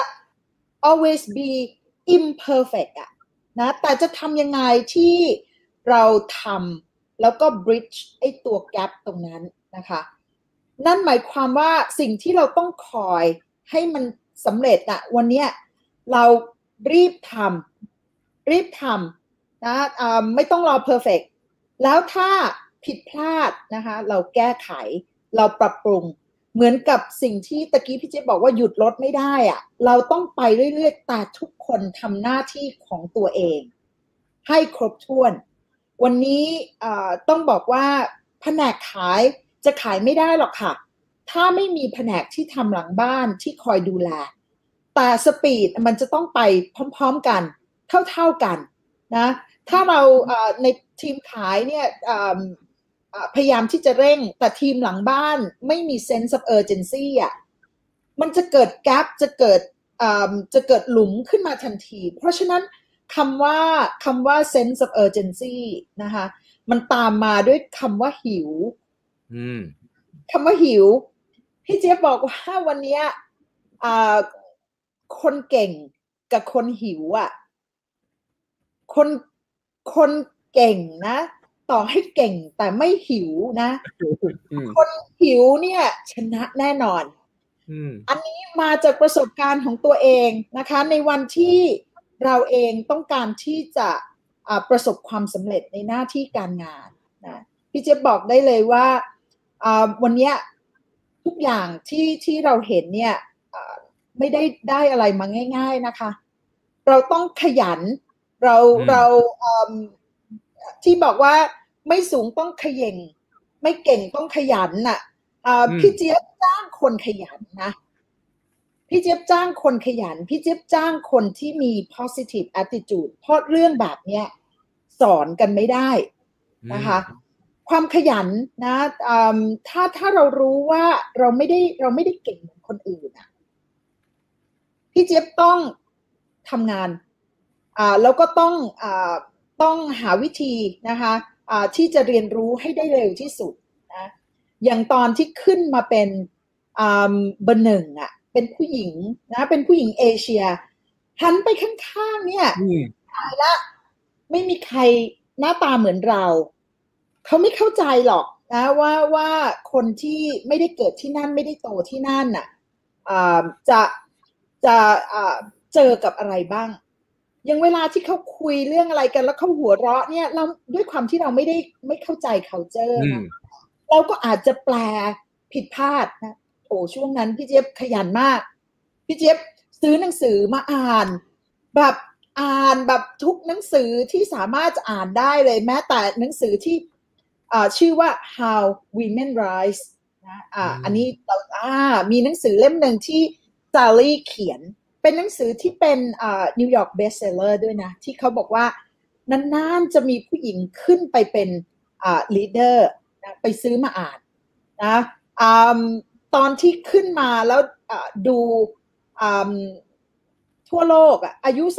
always be imperfect อะนะแต่จะทำยังไงที่เราทำแล้วก็ bridge ไอ้ตัว gap ตรงนั้นนะคะนั่นหมายความว่าสิ่งที่เราต้องคอยให้มันสำเร็จอะวันนี้เรารีบทำนะไม่ต้องรอ perfect แล้วถ้าผิดพลาดนะคะเราแก้ไขเราปรับปรุงเหมือนกับสิ่งที่ตะกี้พี่เจ๊บอกว่าหยุดรถไม่ได้อะเราต้องไปเรื่อยๆแต่ทุกคนทำหน้าที่ของตัวเองให้ครบถ้วนวันนี้ต้องบอกว่าแผนกขายจะขายไม่ได้หรอกค่ะถ้าไม่มีแผนกที่ทำหลังบ้านที่คอยดูแลแต่สปีดมันจะต้องไปพร้อมๆกันเท่ากันนะถ้าเราในทีมขายเนี่ยพยายามที่จะเร่งแต่ทีมหลังบ้านไม่มี sense of urgency อ่ะมันจะเกิด gap จะเกิดหลุมขึ้นมาทันทีเพราะฉะนั้นคำว่า sense of urgency นะคะมันตามมาด้วยคำว่าหิวคำว่าหิวพี่เจี๊ยบบอกว่าวันนี้คนเก่งกับคนหิวอ่ะคนเก่งนะต่อให้เก่งแต่ไม่หิวนะคนหิวเนี่ยชนะแน่นอนอันนี้มาจากประสบการณ์ของตัวเองนะคะในวันที่เราเองต้องการที่จะประสบความสำเร็จในหน้าที่การงานนะพี่เจี๊ยบบอกได้เลยว่าวันนี้ทุกอย่างที่เราเห็นเนี่ยไม่ได้อะไรมาง่ายๆนะคะเราต้องขยันเราที่บอกว่าไม่สูงต้องเขย่งไม่เก่งต้องขยันน่ะพี่เจี๊ยบจ้างคนขยันนะพี่เจี๊ยบจ้างคนขยันพี่เจี๊ยบจ้างคนที่มี positive attitude เพราะเรื่องแบบเนี้ยสอนกันไม่ได้นะคะความขยันนะถ้าเรารู้ว่าเราไม่ได้เก่งเหมือนคนอื่นอ่ะพี่เจี๊ยบต้องทำงานแล้วก็ต้องหาวิธีนะคะที่จะเรียนรู้ให้ได้เร็วที่สุดนะอย่างตอนที่ขึ้นมาเป็นเบอร์หนึ่งอ่ะเป็นผู้หญิงนะเป็นผู้หญิงเอเชียหันไปข้างๆเนี่ยตายละไม่มีใครหน้าตาเหมือนเราเขาไม่เข้าใจหรอกนะว่าคนที่ไม่ได้เกิดที่นั่นไม่ได้โตที่นั่นน่ะจะเจอกับอะไรบ้างอย่างเวลาที่เขาคุยเรื่องอะไรกันแล้วเขาหัวเราะเนี่ยเราด้วยความที่เราไม่เข้าใจ culture นะเราก็อาจจะแปลผิดพลาดนะโอ้ช่วงนั้นพี่เจี๊ยบขยันมากพี่เจี๊ยบซื้อหนังสือมาอ่านแบบทุกหนังสือที่สามารถจะอ่านได้เลยแม้แต่หนังสือที่ชื่อว่า How Women Rise นะอันนี้เรามีหนังสือเล่มหนึ่งที่ซาลี่เขียนเป็นหนังสือที่เป็นนิวยอร์กเบสเซลเลอร์ด้วยนะที่เขาบอกว่านานๆจะมีผู้หญิงขึ้นไปเป็นลีดเดอร์นะไปซื้อมาอ่านนะตอนที่ขึ้นมาแล้วดูทั่วโลกอายุ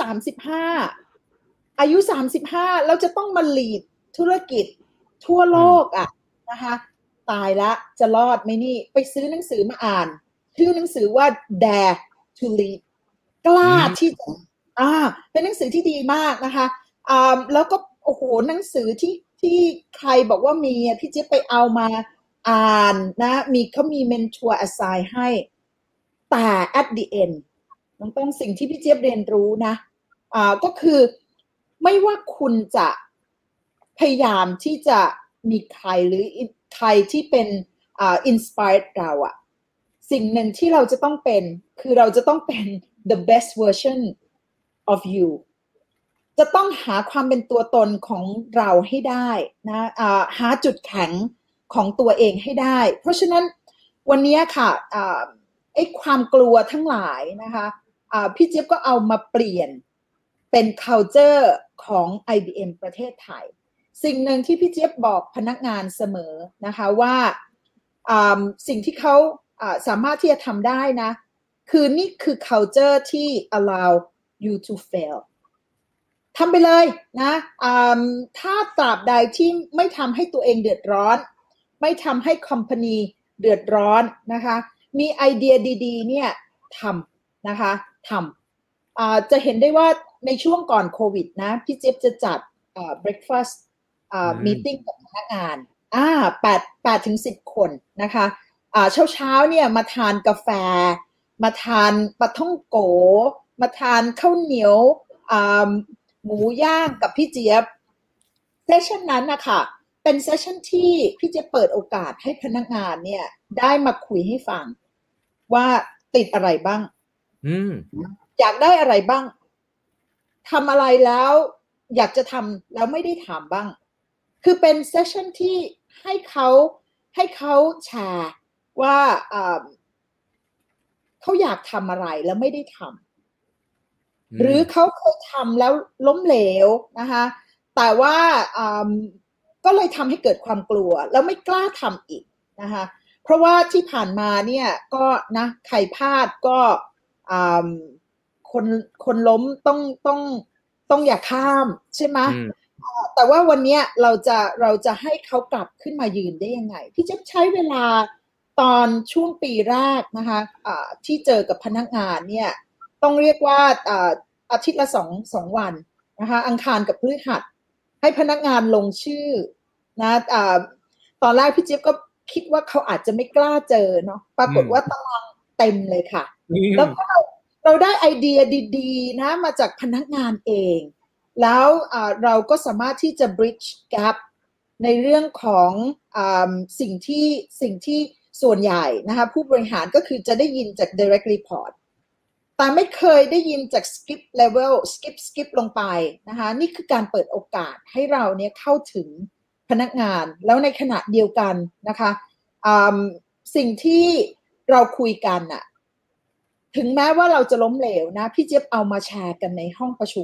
35แล้วจะต้องมาลีดธุรกิจทั่วโลกนะคะตายละจะรอดไหมนี่ไปซื้อหนังสือมาอ่านชื่อหนังสือว่า Dare to Lead กล้าที่จะเป็นหนังสือที่ดีมากนะคะแล้วก็โอ้โหหนังสือที่ใครบอกว่ามีพี่เจี๊ยบไปเอามาอ่านนะเขามีเมนทอร์ assign ให้แต่ at the end ต้องสิ่งที่พี่เจี๊ยบเรียนรู้นะก็คือไม่ว่าคุณจะพยายามที่จะมีใครหรือใครที่เป็นinspired เราสิ่งหนึ่งที่เราจะต้องเป็นคือเราจะต้องเป็น the best version of you จะต้องหาความเป็นตัวตนของเราให้ได้นะหาจุดแข็งของตัวเองให้ได้เพราะฉะนั้นวันนี้ค่ะไอ้ความกลัวทั้งหลายนะคะพี่เจี๊ยบก็เอามาเปลี่ยนเป็น culture ของ IBM ประเทศไทยสิ่งหนึ่งที่พี่เจี๊ยบบอกพนักงานเสมอนะคะว่าสิ่งที่เขาสามารถที่จะทำได้นะคือนี่คือ culture ที่ allow you to fail ทำไปเลยนะถ้าตราบใดที่ไม่ทำให้ตัวเองเดือดร้อนไม่ทำให้ company เดือดร้อนนะคะมีไอเดียดีๆเนี่ยทำนะคะทำจะเห็นได้ว่าในช่วงก่อนโควิดนะพี่เจี๊ยบจะจัดbreakfast meeting กับพนักงาน8 ถึง 10 คนนะคะเช้าเนี่ยมาทานกาแฟมาทานปลาท่องโกมาทานข้าวเหนียวหมูย่างกับพี่เจี๊ยบเซสชันนั้นนะคะเป็นเซสชันที่พี่เจี๊ยบเปิดโอกาสให้พนักงานเนี่ยได้มาคุยให้ฟังว่าติดอะไรบ้างอยากได้อะไรบ้างทำอะไรแล้วอยากจะทำแล้วไม่ได้ทำบ้างคือเป็นเซสชันที่ให้เขาแชร์ว่าเขาอยากทำอะไรแล้วไม่ได้ทำหรือเขาเคยทำแล้วล้มเหลวนะคะแต่ว่าก็เลยทำให้เกิดความกลัวแล้วไม่กล้าทำอีกนะคะเพราะว่าที่ผ่านมาเนี่ยก็นะใครพลาดก็คนล้มต้องอย่าข้ามใช่ไหมแต่ว่าวันนี้เราจะให้เขากลับขึ้นมายืนได้ยังไงพี่จะใช้เวลาตอนช่วงปีแรกนะคะที่เจอกับพนักงานเนี่ยต้องเรียกว่าอาทิตย์ละ2 วันนะคะอังคารกับพฤหัสให้พนักงานลงชื่อนะตอนแรกพี่จิ๊บก็คิดว่าเขาอาจจะไม่กล้าเจอเนาะปรากฏว่าตารางเต็มเลยค่ะแล้วก็เราได้ไอเดียดีๆนะมาจากพนักงานเองแล้วเราก็สามารถที่จะ bridge gap ในเรื่องของสิ่งที่ส่วนใหญ่นะคะผู้บริหารก็คือจะได้ยินจาก direct report แต่ไม่เคยได้ยินจาก skip level skip ลงไปนะคะนี่คือการเปิดโอกาสให้เราเนี่ยเข้าถึงพนักงานแล้วในขณะเดียวกันนะคะสิ่งที่เราคุยกันน่ะถึงแม้ว่าเราจะล้มเหลวนะพี่เจี๊ยบเอามาแชร์กันในห้องประชุม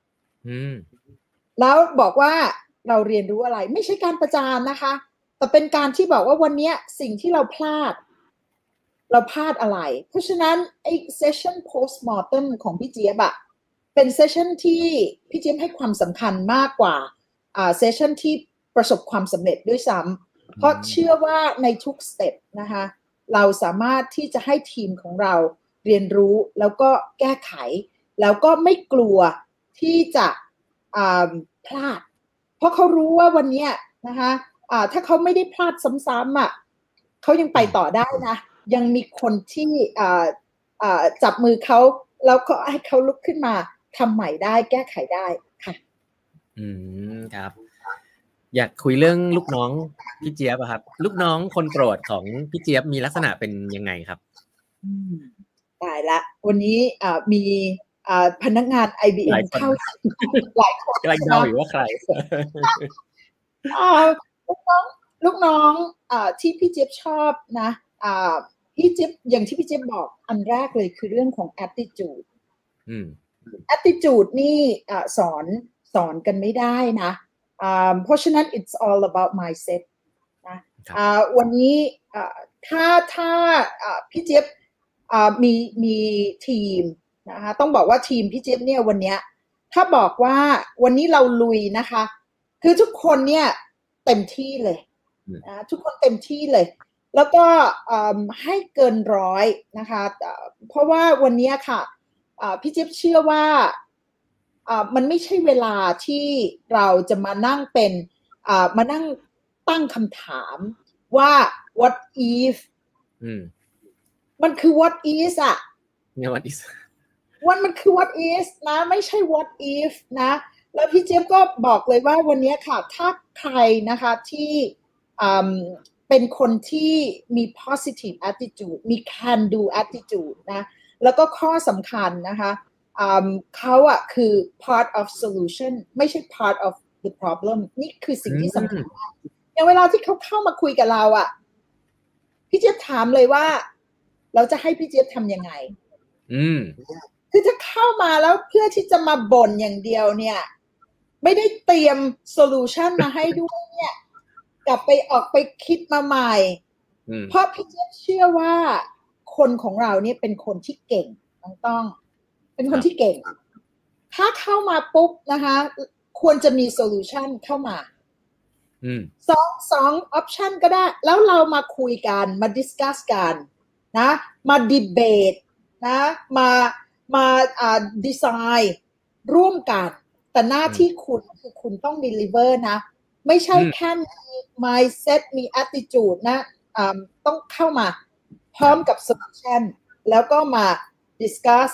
แล้วบอกว่าเราเรียนรู้อะไรไม่ใช่การประจานนะคะแต่เป็นการที่บอกว่าวันนี้สิ่งที่เราพลาดอะไรเพราะฉะนั้นไอ้เซสชั่น postmortem ของพี่เจี๊ยบเป็นเซสชั่นที่พี่เจี๊ยบให้ความสำคัญมากกว่าเซสชั่นที่ประสบความสำเร็จด้วยซ้ำเพราะเชื่อว่าในทุกสเต็ปนะคะเราสามารถที่จะให้ทีมของเราเรียนรู้แล้วก็แก้ไขแล้วก็ไม่กลัวที่จะพลาดเพราะเขารู้ว่าวันนี้นะคะถ้าเขาไม่ได้พลาดซ้ำๆเขายังไปต่อได้นะยังมีคนที่จับมือเขาแล้วก็ให้เขาลุกขึ้นมาทำใหม่ได้แก้ไขได้ค่ะครับอยากคุยเรื่องลูกน้องพี่เจี๊ยบอะครับลูกน้องคนโปรดของพี่เจี๊ยบมีลักษณะเป็นยังไงครับตายละวันนี้มีพนักงาน IBM เข้าหลายคนกำลังเดาอยู่ว่าใครลูกน้องลูกน้องที่พี่เจี๊ยบชอบนะพี่เจี๊ยบอย่างที่พี่เจี๊ยบบอกอันแรกเลยคือเรื่องของ attitude attitude นี่สอนกันไม่ได้นะเพราะฉะนั้น it's all about mindset นะวันนี้ถ้าพี่เจี๊ยบมีทีมนะคะต้องบอกว่าทีมพี่เจี๊ยบเนี่ยวันนี้ถ้าบอกว่าวันนี้เราลุยนะคะคือทุกคนเนี่ยเต็มที่เลยนะทุกคนเต็มที่เลยแล้วก็ให้เกินร้อยนะคะเพราะว่าวันนี้ค่ะพี่เจี๊ยบเชื่อว่ามันไม่ใช่เวลาที่เราจะมานั่งเป็นมานั่งตั้งคำถามว่า what if มันคือ what is อะเนี่ย what is มันคือ what is นะไม่ใช่ what if นะแล้วพี่เจี๊ยบก็บอกเลยว่าวันนี้ค่ะถ้าใครนะคะที่เป็นคนที่มี positive attitude มี can do attitude นะแล้วก็ข้อสำคัญนะคะเขาอะคือ part of solution ไม่ใช่ part of the problem นี่คือสิ่งที่สำคัญอย่างเวลาที่เขาเข้ามาคุยกับเราอะพี่เจี๊ยบถามเลยว่าเราจะให้พี่เจี๊ยบทำยังไงคือถ้าเข้ามาแล้วเพื่อที่จะมาบ่นอย่างเดียวเนี่ยไม่ได้เตรียมโซลูชันมาให้ด้วยเนี่ยกลับไปออกไปคิดมาใหม่เพราะพี่เจี๊ยบเชื่อว่าคนของเราเนี่ยเป็นคนที่เก่งต้องเป็นคนที่เก่งถ้าเข้ามาปุ๊บนะคะควรจะมีโซลูชันเข้ามาสองออปชันก็ได้แล้วเรามาคุยกันมาดิสคัสกันนะมาดีเบตนะมาดีไซน์ร่วมกันแต่หน้าที่คุณคือคุณต้อง deliver นะไม่ใช่แค่มี mindset มี attitude นะต้องเข้ามาพร้อมกับ solution แล้วก็มา discuss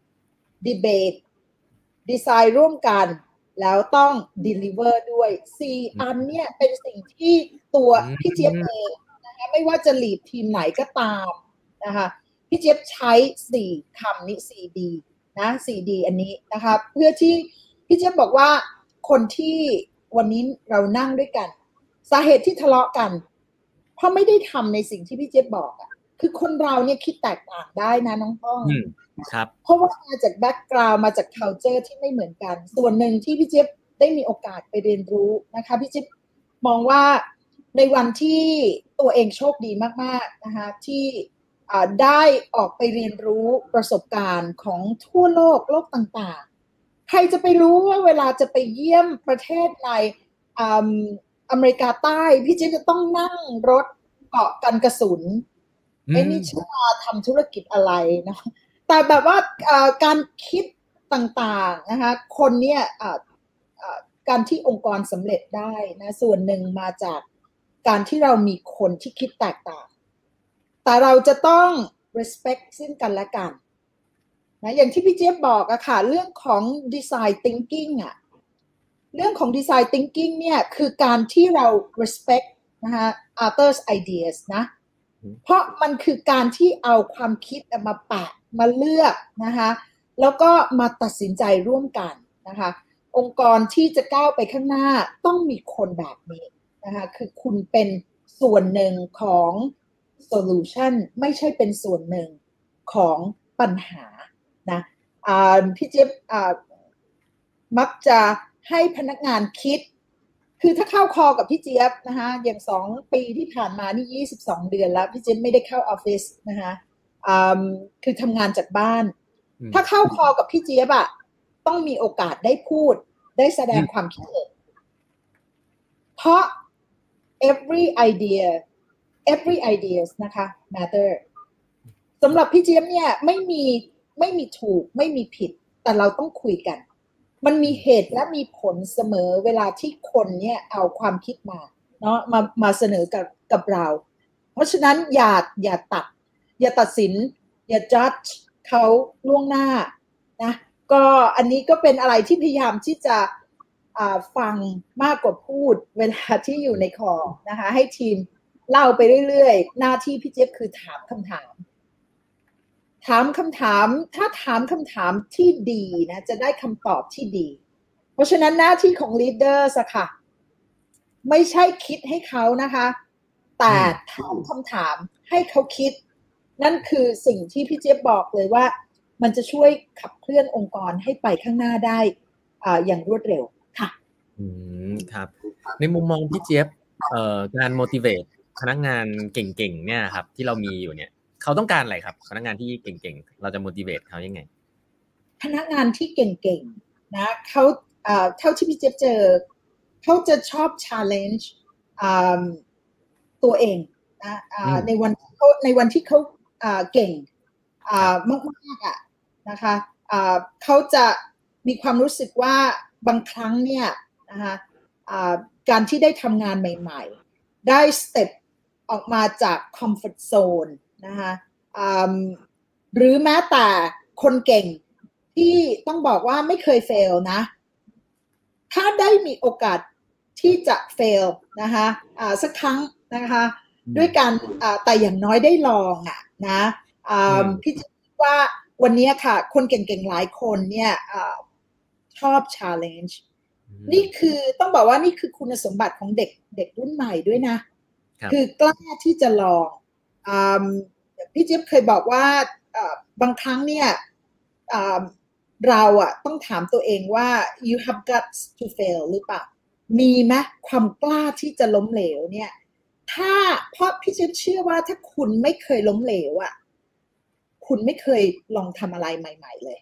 debate ดีไซน์ร่วมกันแล้วต้อง deliver ด้วย4อันเนี่ยเป็นสิ่งที่ตัวพี่เจี๊ยบเองนะคะไม่ว่าจะ lead ทีมไหนก็ตามนะคะพี่เจี๊ยบใช้4คำนี้ 4D นะ 4D อันนี้นะคะเพื่อที่พี่เจี๊ยบบอกว่าคนที่วันนี้เรานั่งด้วยกันสาเหตุที่ทะเลาะกันเพราะไม่ได้ทำในสิ่งที่พี่เจี๊ยบบอกอ่ะคือคนเราเนี่ยคิดแตกต่างได้นะน้องป้องครับเพราะว่ามาจากแบ็กกราวด์มาจาก culture ที่ไม่เหมือนกันส่วนหนึ่งที่พี่เจี๊ยบได้มีโอกาสไปเรียนรู้นะคะพี่เจี๊ยบมองว่าในวันที่ตัวเองโชคดีมากๆนะคะที่ได้ออกไปเรียนรู้ประสบการณ์ของทั่วโลกต่างๆใครจะไปรู้ว่าเวลาจะไปเยี่ยมประเทศในอเมริกาใต้พี่เจี๊ยบจะต้องนั่งรถเกาะกันกระสุนนี่ชื่อว่าทำธุรกิจอะไรนะแต่แบบว่าการคิดต่างๆนะคะคนเนี่ยการที่องค์กรสำเร็จได้นะส่วนหนึ่งมาจากการที่เรามีคนที่คิดแตกต่างแต่เราจะต้อง respect ซึ่งกันและกันนะอย่างที่พี่เจี๊ยบบอกอะค่ะเรื่องของ design thinking อะเรื่องของ design thinking เนี่ยคือการที่เรา respect นะคะ others ideas นะเพราะมันคือการที่เอาความคิดมาแปะมาเลือกนะคะแล้วก็มาตัดสินใจร่วมกันนะคะองค์กรที่จะก้าวไปข้างหน้าต้องมีคนแบบนี้นะคะคือคุณเป็นส่วนหนึ่งของ solution ไม่ใช่เป็นส่วนหนึ่งของปัญหานะพี่เจี๊ยบมักจะให้พนักงานคิดคือถ้าเข้าคอกับพี่เจี๊ยบนะคะอย่าง2 ปีที่ผ่านมานี่22 เดือนแล้วพี่เจี๊ยบไม่ได้เข้าออฟฟิศนะคะคือทำงานจากบ้านถ้าเข้าคอกับพี่เจี๊ยบอะต้องมีโอกาสได้พูดได้แสดงความคิดเห็นเพราะ every idea นะคะ matter สำหรับพี่เจี๊ยบเนี่ยไม่มีถูกไม่มีผิดแต่เราต้องคุยกันมันมีเหตุและมีผลเสมอเวลาที่คนเนี่ยเอาความคิดมาเนาะมาเสนอกับเราเพราะฉะนั้นอย่าตัดสินอย่า judge เขาล่วงหน้านะก็อันนี้ก็เป็นอะไรที่พยายามที่จะฟังมากกว่าพูดเวลาที่อยู่ในคอนะคะให้ทีมเล่าไปเรื่อยๆหน้าที่พี่เจี๊ยบคือถามคำถามถ้าถามคำถามที่ดีนะจะได้คำตอบที่ดีเพราะฉะนั้นหน้าที่ของ leaders อะค่ะไม่ใช่คิดให้เขานะคะแต่ถามคำถามให้เขาคิดนั่นคือสิ่งที่พี่เจี๊ยบบอกเลยว่ามันจะช่วยขับเคลื่อนองค์กรให้ไปข้างหน้าได้อย่างรวดเร็วค่ะครับในมุมมองพี่เจี๊ยบการ motivate พนักงานเก่งๆเนี่ยครับที่เรามีอยู่เนี่ยเขาต้องการอะไรครับพนักงานที่เก่งๆเราจะ motivate เขายังไงพนักงานที่เก่งๆนะเขาเท่าที่พี่เจี๊ยบเจอเขาจะชอบ challenge ตัวเองนะในวันที่เขาเก่งมากๆอ่ะนะคะเขาจะมีความรู้สึกว่าบางครั้งเนี่ยนะคะการที่ได้ทำงานใหม่ๆได้สเต็ปออกมาจากคอมฟอร์ z โซนนะคะหรือแม้แต่คนเก่งที่ต้องบอกว่าไม่เคยเฟลนะถ้าได้มีโอกาสที่จะเฟลนะคะสักครั้งนะคะด้วยการแต่อย่างน้อยได้ลองอ่ะนะพี่คิดว่าวันนี้ค่ะคนเก่งๆหลายคนเนี่ยชอบ challenge นี่คือต้องบอกว่านี่คือคุณสมบัติของเด็กรุ่นใหม่ด้วยนะคือกล้าที่จะลองพี่เจี๊ยบเคยบอกว่าบางครั้งเนี่ยเราอะต้องถามตัวเองว่า you have guts to fail หรือเปล่ามีไหมความกล้าที่จะล้มเหลวเนี่ยเพราะพี่เจี๊ยบเชื่อว่าถ้าคุณไม่เคยล้มเหลวอะคุณไม่เคยลองทำอะไรใหม่ๆเลย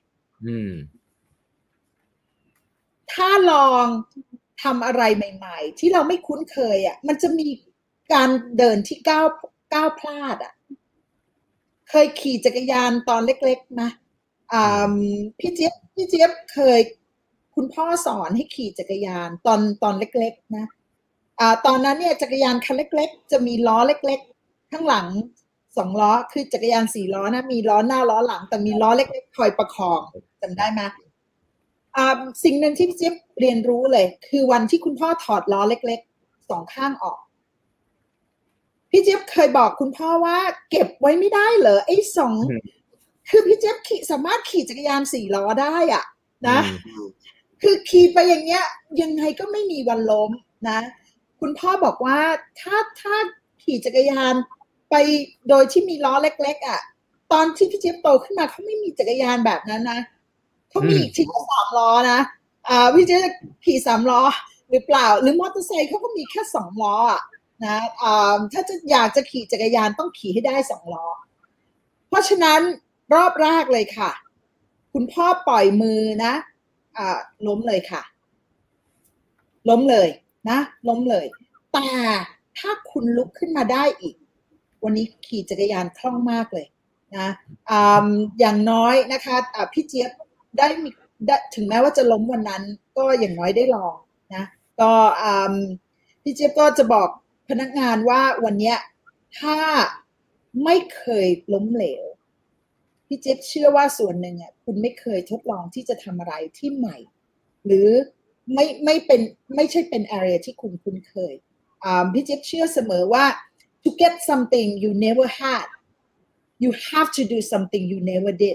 ถ้าลองทำอะไรใหม่ๆที่เราไม่คุ้นเคยอ่ะมันจะมีการเดินที่ก้าวพลาดอ่ะเคยขี่จักรยานตอนเล็กๆไหมพี่เจี๊ยบเคยคุณพ่อสอนให้ขี่จักรยานตอนเล็กๆนะตอนนั้นเนี่ยจักรยานคันเล็กๆจะมีล้อเล็กๆข้างหลัง2 ล้อคือจักรยาน4 ล้อนะมีล้อหน้าล้อหลังแต่มีล้อเล็กๆคอยประคองจำได้ไหมสิ่งหนึ่งที่พี่เจี๊ยบเรียนรู้เลยคือวันที่คุณพ่อถอดล้อเล็กๆ2 ข้างออกพี่เจี๊ยบเคยบอกคุณพ่อว่าเก็บไว้ไม่ได้เหรอไอ้คือพี่เจี๊ยบสามารถขี่จักรยาน4 ล้อได้อ่ะนะคือขี่ไปอย่างเงี้ยยังไงก็ไม่มีวันล้มนะคุณพ่อบอกว่าถ้าขี่จักรยานไปโดยที่มีล้อเล็กๆอ่ะตอนที่พี่เจี๊ยบโตขึ้นมาเขาไม่มีจักรยานแบบนั้นนะเขามีอีกทีก็3 ล้อนะพี่เจ๊จะขี่3 ล้อหรือเปล่าหรือมอเตอร์ไซค์เขาก็มีแค่2 ล้อนะถ้าจะอยากจะขี่จักรยานต้องขี่ให้ได้2 ล้อเพราะฉะนั้นรอบแรกเลยค่ะคุณพ่อปล่อยมือนะล้มเลยค่ะล้มเลยนะล้มเลยแต่ถ้าคุณลุกขึ้นมาได้อีกวันนี้ขี่จักรยานคล่องมากเลยนะอย่างน้อยนะคะพี่เจี๊ยบได้ถึงแม้ว่าจะล้มวันนั้นก็อย่างน้อยได้ลองนะก็พี่เจี๊ยบก็จะบอกพนักงานว่าวันนี้ถ้าไม่เคยล้มเหลวพี่เจี๊ยบเชื่อว่าส่วนหนึ่งคุณไม่เคยทดลองที่จะทำอะไรที่ใหม่หรือไม่ใช่เป็น area ที่คุณคุ้นเคยพี่เจี๊ยบเชื่อเสมอว่า to get something you never had you have to do something you never did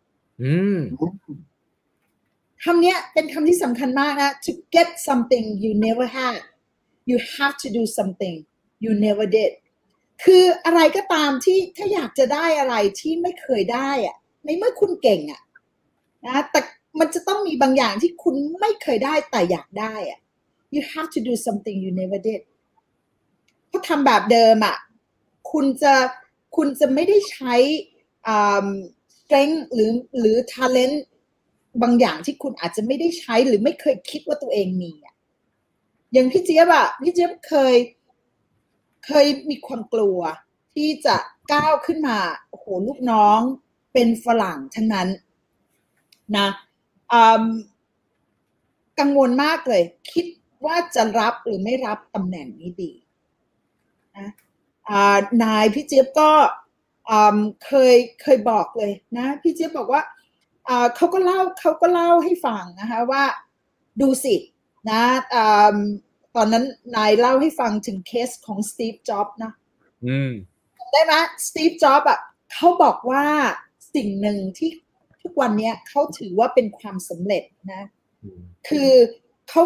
คำนี้เป็นคำที่สำคัญมากนะ to get something you never had you have to do something you never did คืออะไรก็ตามที่ถ้าอยากจะได้อะไรที่ไม่เคยได้อะในเมื่อคุณเก่งอะนะแต่มันจะต้องมีบางอย่างที่คุณไม่เคยได้แต่อยากได้อะ you have to do something you never did เพราะทำแบบเดิมอะคุณจะไม่ได้ใช้ strength หรือ talent บางอย่างที่คุณอาจจะไม่ได้ใช้หรือไม่เคยคิดว่าตัวเองมีอย่างพี่เจี๊ยบพี่เจี๊ยบเคยมีความกลัวที่จะก้าวขึ้นมาโอ้โหลูกน้องเป็นฝรั่งทั้งนั้นนะกังวลมากเลยคิดว่าจะรับหรือไม่รับตำแหน่งนี้ดีนะนายพี่เจี๊ยบก็เคยบอกเลยนะพี่เจี๊ยบบอกว่าเขาก็เล่าให้ฟังนะคะว่าดูสินะตอนนั้นนายเล่าให้ฟังถึงเคสของสตีฟจ็อบส์นะได้ไหมสตีฟจ็อบส์อ่ะเขาบอกว่าสิ่งหนึ่งที่ทุกวันนี้เขาถือว่าเป็นความสำเร็จนะคือเขา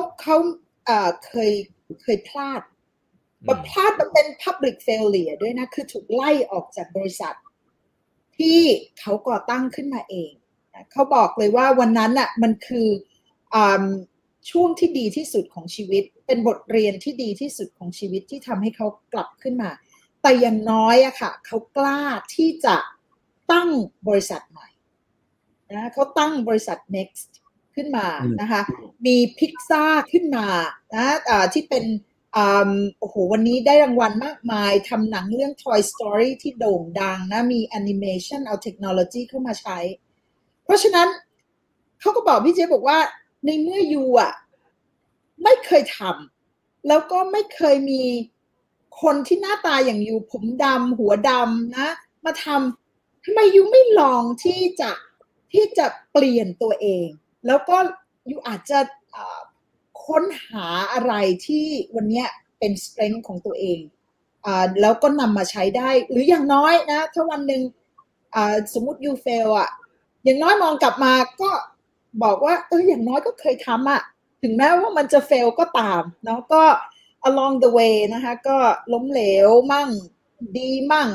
เคยพลาดมันเป็น public failure ด้วยนะคือถูกไล่ออกจากบริษัทที่เขาก่อตั้งขึ้นมาเองเขาบอกเลยว่าวันนั้นอ่ะมันคือช่วงที่ดีที่สุดของชีวิตเป็นบทเรียนที่ดีที่สุดของชีวิตที่ทำให้เขากลับขึ้นมาแต่อย่างน้อยอะค่ะเขากล้าที่จะตั้งบริษัทใหม่นะเขาตั้งบริษัท Next ขึ้นมานะคะมีพิซซ่าขึ้นมานะที่เป็นโอ้โหวันนี้ได้รางวัลมากมายทำหนังเรื่อง Toy Story ที่โด่งดังนะมีแอนิเมชันเอาเทคโนโลยีเข้ามาใช้เพราะฉะนั้นเขาก็บอกพี่เจ๊บอกว่าในเมื่อยูอ่ะไม่เคยทำแล้วก็ไม่เคยมีคนที่หน้าตาอย่างยูผมดำหัวดำนะมาทำไมยูไม่ลองที่จะเปลี่ยนตัวเองแล้วก็ยูอาจจะค้นหาอะไรที่วันนี้เป็น strength ของตัวเองแล้วก็นำมาใช้ได้หรืออย่างน้อยนะถ้าวันหนึ่งสมมุติ you fail อ่ะอย่างน้อยมองกลับมาก็บอกว่าอย่างน้อยก็เคยทำอ่ะถึงแม้ว่ามันจะ fail ก็ตามเนาะก็ along the way นะคะก็ล้มเหลวมั่งดีมั่ง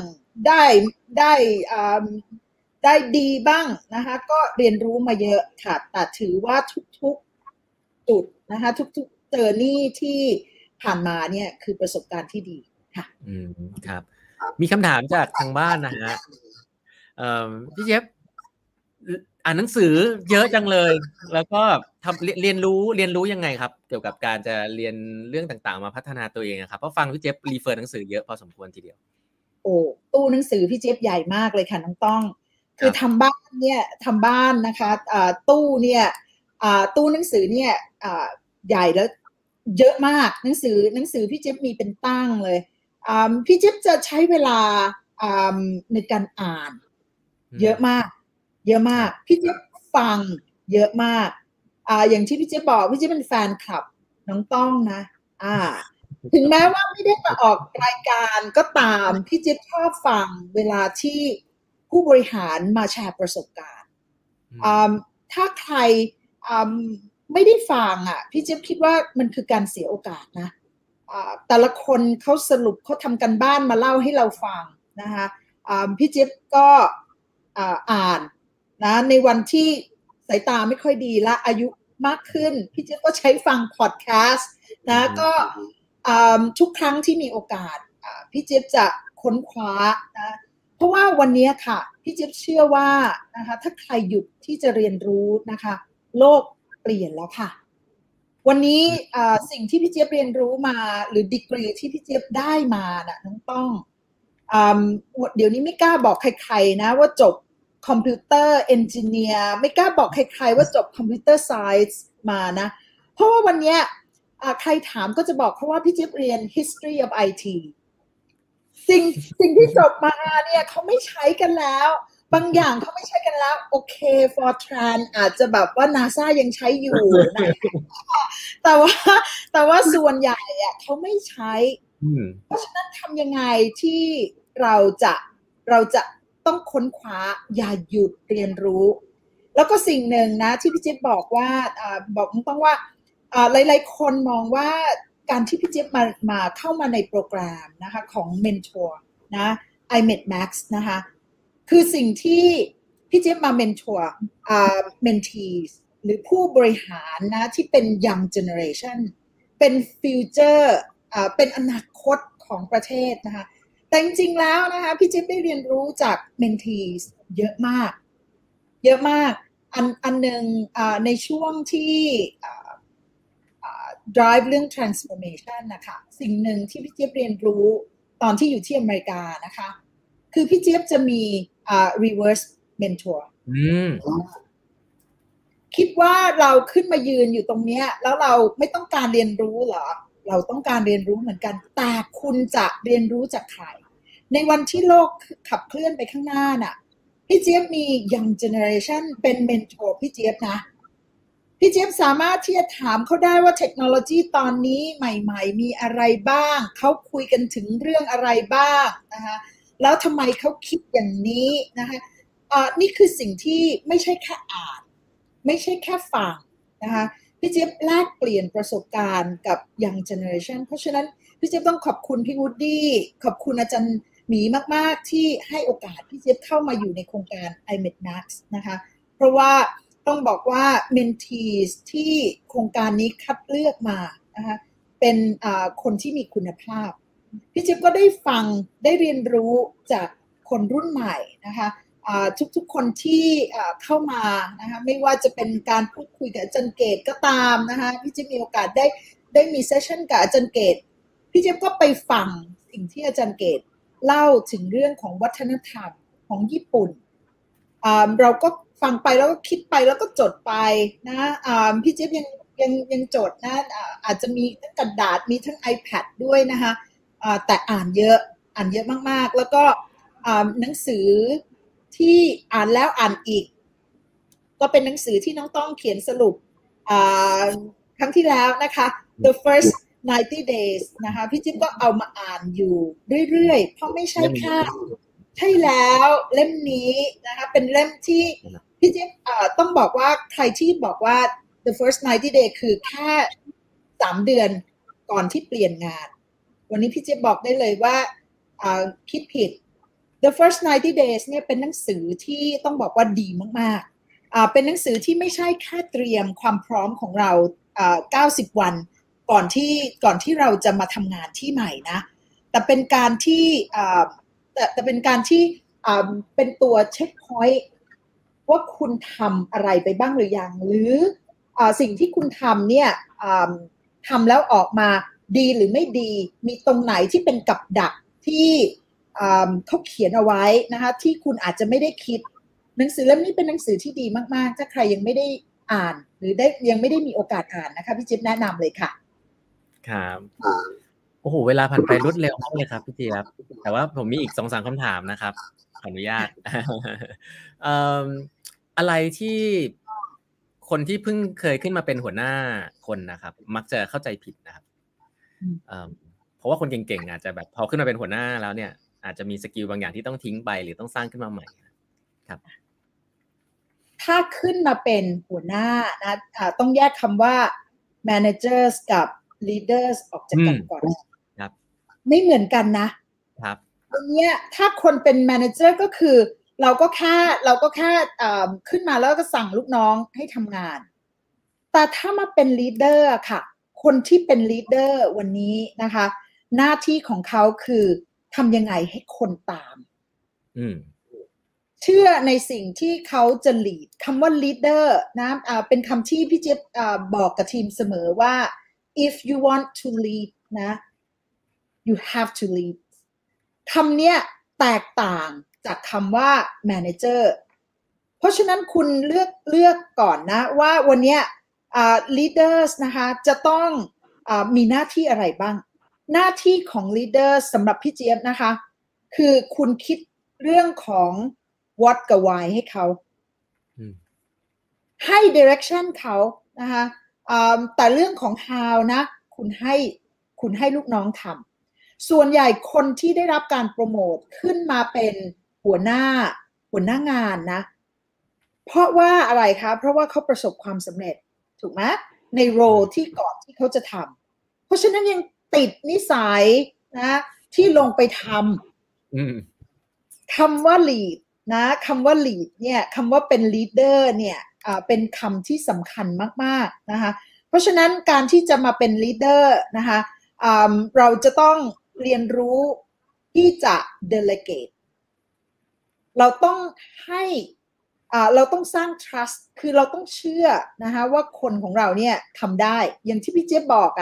ได้ดีบ้างนะคะก็เรียนรู้มาเยอะค่ะแต่ถือว่าทุกจุดนะคะทุกเจอร์นี่ที่ผ่านมาเนี่ยคือประสบการณ์ที่ดีค่ะครับมีคำถามจากทางบ้านนะฮะพี่เจฟอ่านหนังสือเยอะจังเลยแล้วก็ทำเรียนรู้ยังไงครับเกี่ยวกับการจะเรียนเรื่องต่างๆมาพัฒนาตัวเองครับเพราะฟังพี่เจฟรีเฟอร์หนังสือเยอะพอสมควรทีเดียวโอ้ตู้หนังสือพี่เจฟใหญ่มากเลยค่ะน้องต้องคือทำบ้านนะคะตู้เนี่ยตู้หนังสือเนี่ยใหญ่แล้วเยอะมากหนังสือพี่เจ๊บมีเป็นตั้งเลยพี่เจ๊บจะใช้เวลาในการอ่านเยอะมากพี่เจ๊บฟังเยอะมากอย่างที่พี่เจ๊บบอกพี่เจ๊บเป็นแฟนคลับน้องต้องนะถึงแม้ว่าไม่ได้มาออกรายการก็ตามพี่เจ๊บชอบฟังเวลาที่ผู้บริหารมาแชร์ประสบการณ์ถ้าใครไม่ได้ฟังพี่เจี๊ยบคิดว่ามันคือการเสียโอกาสนะแต่ละคนเขาสรุปเขาทำกันบ้านมาเล่าให้เราฟังนะคะพี่เจี๊ยบก็อ่านนะในวันที่สายตาไม่ค่อยดีและอายุมากขึ้นพี่เจี๊ยบก็ใช้ฟังพอดแคสต์นะก็ทุกครั้งที่มีโอกาสพี่เจี๊ยบจะค้นคว้านะเพราะว่าวันนี้ค่ะพี่เจี๊ยบเชื่อว่านะคะถ้าใครหยุดที่จะเรียนรู้นะคะโลกเปลี่ยนแล้วค่ะวันนี้สิ่งที่พี่เจี๊ยบเรียนรู้มาหรือดีกรีที่พี่เจี๊ยบได้มาน่ะน้องต้องเดี๋ยวนี้ไม่กล้าบอกใครๆนะว่าจบคอมพิวเตอร์เอนจิเนียร์ไม่กล้าบอกใครๆว่าจบคอมพิวเตอร์ไซน์มานะเพราะว่าวันนี้ใครถามก็จะบอกเขาว่าพี่เจี๊ยบเรียน history of IT สิ่งที่จบมาเนี่ยเขาไม่ใช้กันแล้วบางอย่างเขาไม่ใช้กันแล้วโอเค Fortran อาจจะแบบว่า NASA ยังใช้อยู่นะแต่ว่าส่วนใหญ่เขาไม่ใช้เพราะฉะนั้นทำยังไงที่เราจะต้องค้นคว้าอย่าหยุดเรียนรู้แล้วก็สิ่งหนึ่งนะที่พี่เจี๊ยบบอกว่าบอกต้องว่าหลายๆคนมองว่าการที่พี่เจี๊ยบมาเข้ามาในโปรแกรมนะคะของ Mentor นะ iMed Max นะคะคือสิ่งที่พี่เจี๊ยบมาเมนทอร์mentees หรือผู้บริหารนะที่เป็น young generation เป็นฟิวเจอร์เป็นอนาคตของประเทศนะคะแต่จริงๆแล้วนะคะพี่เจี๊ยบได้เรียนรู้จาก mentees เยอะมากอันหนึ่งในช่วงที่ drive เรื่อง transformation นะคะสิ่งหนึ่งที่พี่เจี๊ยบเรียนรู้ตอนที่อยู่ที่อเมริกานะคะคือพี่เจี๊ยบจะมีreverse mentor คิดว่าเราขึ้นมายืนอยู่ตรงนี้แล้วเราไม่ต้องการเรียนรู้เหรอเราต้องการเรียนรู้เหมือนกันแต่คุณจะเรียนรู้จากใครในวันที่โลกขับเคลื่อนไปข้างหน้าน่ะพี่เจี๊ยบมี Young Generation เป็นเมนทอร์พี่เจี๊ยบนะพี่เจี๊ยบสามารถที่จะถามเขาได้ว่าเทคโนโลยีตอนนี้ใหม่ๆมีอะไรบ้างเขาคุยกันถึงเรื่องอะไรบ้างนะคะแล้วทำไมเขาคิดอย่างนี้นะคะนี่คือสิ่งที่ไม่ใช่แค่อ่านไม่ใช่แค่ฟังนะคะพี่เจี๊ยบแลกเปลี่ยนประสบการณ์กับ Young Generation เพราะฉะนั้นพี่เจี๊ยบต้องขอบคุณพี่วูดดี้ขอบคุณอาจารย์หมีมากๆที่ให้โอกาสพี่เจี๊ยบเข้ามาอยู่ในโครงการ iMedNax นะคะเพราะว่าต้องบอกว่า mentees ที่โครงการนี้คัดเลือกมานะคะเป็นคนที่มีคุณภาพพี่เจี๊ยบก็ได้ฟังได้เรียนรู้จากคนรุ่นใหม่นะคะทุกๆคนที่เข้ามานะคะไม่ว่าจะเป็นการพูดคุยกับอาจารย์เกตก็ตามนะคะพี่เจี๊ยบมีโอกาสได้มีเซสชั่นกับอาจารย์เกตพี่เจี๊ยบก็ไปฟังสิ่งที่อาจารย์เกตเล่าถึงเรื่องของวัฒนธรรมของญี่ปุ่นเราก็ฟังไปแล้วก็คิดไปแล้วก็จดไปนะพี่เจี๊ยบยังจดนะอาจจะมีทั้งกระดาษมีทั้ง iPad ด้วยนะคะแต่อ่านเยอะมากๆแล้วก็หนังสือที่อ่านแล้วอ่านอีกก็เป็นหนังสือที่น้องต้องเขียนสรุปครั้งที่แล้วนะคะ The First 90 Days นะคะพี่จิ๊บก็เอามาอ่านอยู่เรื่อยๆเพราะไม่ใช่แค่ใช่แล้วเล่มนี้นะคะเป็นเล่มที่พี่จิ๊บต้องบอกว่าใครที่บอกว่า The First 90 Days คือแค่3 เดือนก่อนที่เปลี่ยนงานวันนี้พี่จิ๊บบอกได้เลยว่าคิดผิด The First 90 Days เนี่ยเป็นหนังสือที่ต้องบอกว่าดีมากๆเป็นหนังสือที่ไม่ใช่แค่เตรียมความพร้อมของเรา90 วันก่อนที่เราจะมาทำงานที่ใหม่นะแต่เป็นการที่เป็นตัวเช็คพอยต์ว่าคุณทำอะไรไปบ้างหรือยังหรือสิ่งที่คุณทำเนี่ยทำแล้วออกมาดีหรือไม่ดีมีตรงไหนที่เป็นกับดักที่เขาเขียนเอาไว้นะคะที่คุณอาจจะไม่ได้คิดหนังสือเล่มนี้เป็นหนังสือที่ดีมากๆถ้าใครยังไม่ได้อ่านหรือยังไม่ได้มีโอกาสอ่านนะคะพี่จิ๊บแนะนำเลยค่ะครับโอ้โหเวลาผ่านไปรวดเร็วมากเลยครับพี่เจี๊ยบแต่ว่าผมมีอีก 2-3 คำถามนะครับขออนุญาตอะไรที่คนที่เพิ่งเคยขึ้นมาเป็นหัวหน้าคนนะครับมักจะเข้าใจผิดนะครับเพราะว่าคนเก่งๆอาจจะแบบพอขึ้นมาเป็นหัวหน้าแล้วเนี่ยอาจจะมีสกิลบางอย่างที่ต้องทิ้งไปหรือต้องสร้างขึ้นมาใหม่ครับถ้าขึ้นมาเป็นหัวหน้านะต้องแยกคำว่า managers กับ leaders ออกจากกันก่อนครับไม่เหมือนกันนะครับตรงนี้ถ้าคนเป็น manager ก็คือเราก็แค่ขึ้นมาแล้วก็สั่งลูกน้องให้ทำงานแต่ถ้ามาเป็น leader ค่ะคนที่เป็น leader วันนี้นะคะหน้าที่ของเขาคือทำยังไงให้คนตามเชื่อในสิ่งที่เขาจะ lead คำว่า leader นะเป็นคำที่พี่เจี๊ยบบอกกับทีมเสมอว่า if you want to lead นะ you have to lead คำเนี้ยแตกต่างจากคำว่า manager เพราะฉะนั้นคุณเลือกก่อนนะว่าวันนี้leaders นะคะจะต้องมีหน้าที่อะไรบ้างหน้าที่ของ leaders สำหรับพี่เจี๊ยบนะคะคือคุณคิดเรื่องของ what กับ why ให้เขาให้ direction เขานะคะแต่เรื่องของ how นะคุณให้ลูกน้องทำส่วนใหญ่คนที่ได้รับการโปรโมทขึ้นมาเป็นหัวหน้างานนะเพราะว่าอะไรคะเพราะว่าเขาประสบความสำเร็จถูกไหมในโรที่ก่อนที่เขาจะทำเพราะฉะนั้นยังติดนิสัยนะที่ลงไปทำคำว่า lead นะคำว่า lead เนี่ยคำว่าเป็น leader เนี่ยเป็นคำที่สำคัญมากๆนะคะเพราะฉะนั้นการที่จะมาเป็น leader นะคะเราจะต้องเรียนรู้ที่จะ delegate เราต้องเราต้องสร้าง trust คือเราต้องเชื่อนะคะว่าคนของเราเนี่ยทำได้อย่างที่พี่เจี๊ยบบอก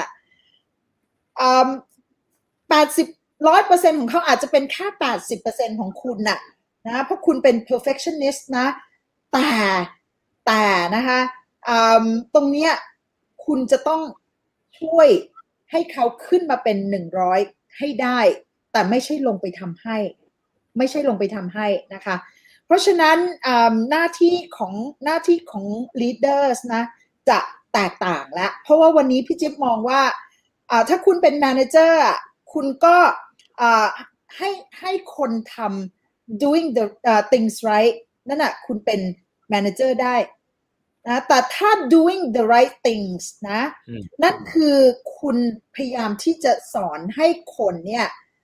100% ของเขาอาจจะเป็นแค่ 80% ของคุณนะเพราะคุณเป็น perfectionist นะแต่นะคะตรงเนี้ยคุณจะต้องช่วยให้เขาขึ้นมาเป็น100ให้ได้แต่ไม่ใช่ลงไปทำให้นะคะเพราะฉะนั้นหน้าที่ของ leaders นะจะแตกต่างแล้วเพราะว่าวันนี้พี่จิ๊บมองว่าถ้าคุณเป็น manager คุณก็ให้คนทำ doing the things right นั่นน่ะคุณเป็น manager ได้นะแต่ถ้า doing the right things นะนั่นคือคุณพยายามที่จะสอนให้คนเนี่ย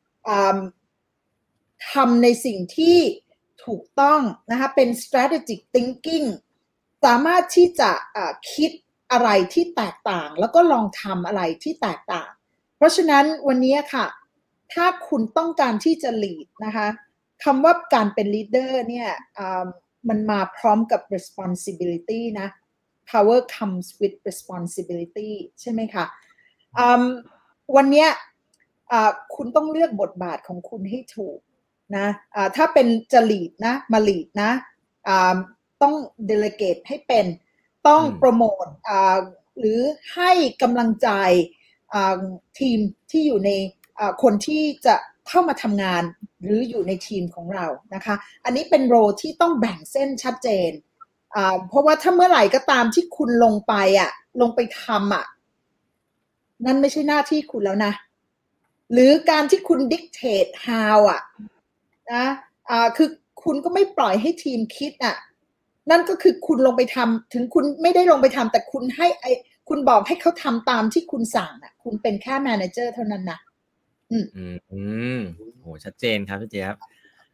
ทำในสิ่งที่ถูกต้องนะคะเป็น strategic thinking สามารถที่จะคิดอะไรที่แตกต่างแล้วก็ลองทำอะไรที่แตกต่างเพราะฉะนั้นวันนี้ค่ะถ้าคุณต้องการที่จะ lead นะคะคำว่าการเป็น leader เนี่ยมันมาพร้อมกับ responsibility นะ power comes with responsibility ใช่ไหมคะวันนี้คุณต้องเลือกบทบาทของคุณให้ถูกนะถ้าเป็นจะ lead นะมา lead นะต้อง delegate ให้เป็นต้องโปรโมทหรือให้กำลังใจทีมที่อยู่ในคนที่จะเข้ามาทำงานหรืออยู่ในทีมของเรานะคะอันนี้เป็นโรที่ต้องแบ่งเส้นชัดเจนเพราะว่าถ้าเมื่อไหร่ก็ตามที่คุณลงไปทำนั่นไม่ใช่หน้าที่คุณแล้วนะหรือการที่คุณ dictate how นะคือคุณก็ไม่ปล่อยให้ทีมคิดนั่นก็คือคุณลงไปทำถึงคุณไม่ได้ลงไปทำแต่คุณบอกให้เขาทำตามที่คุณสั่งคุณเป็นแค่ manager เท่านั้นนะโหชัดเจนครับพี่เจี๊ยบ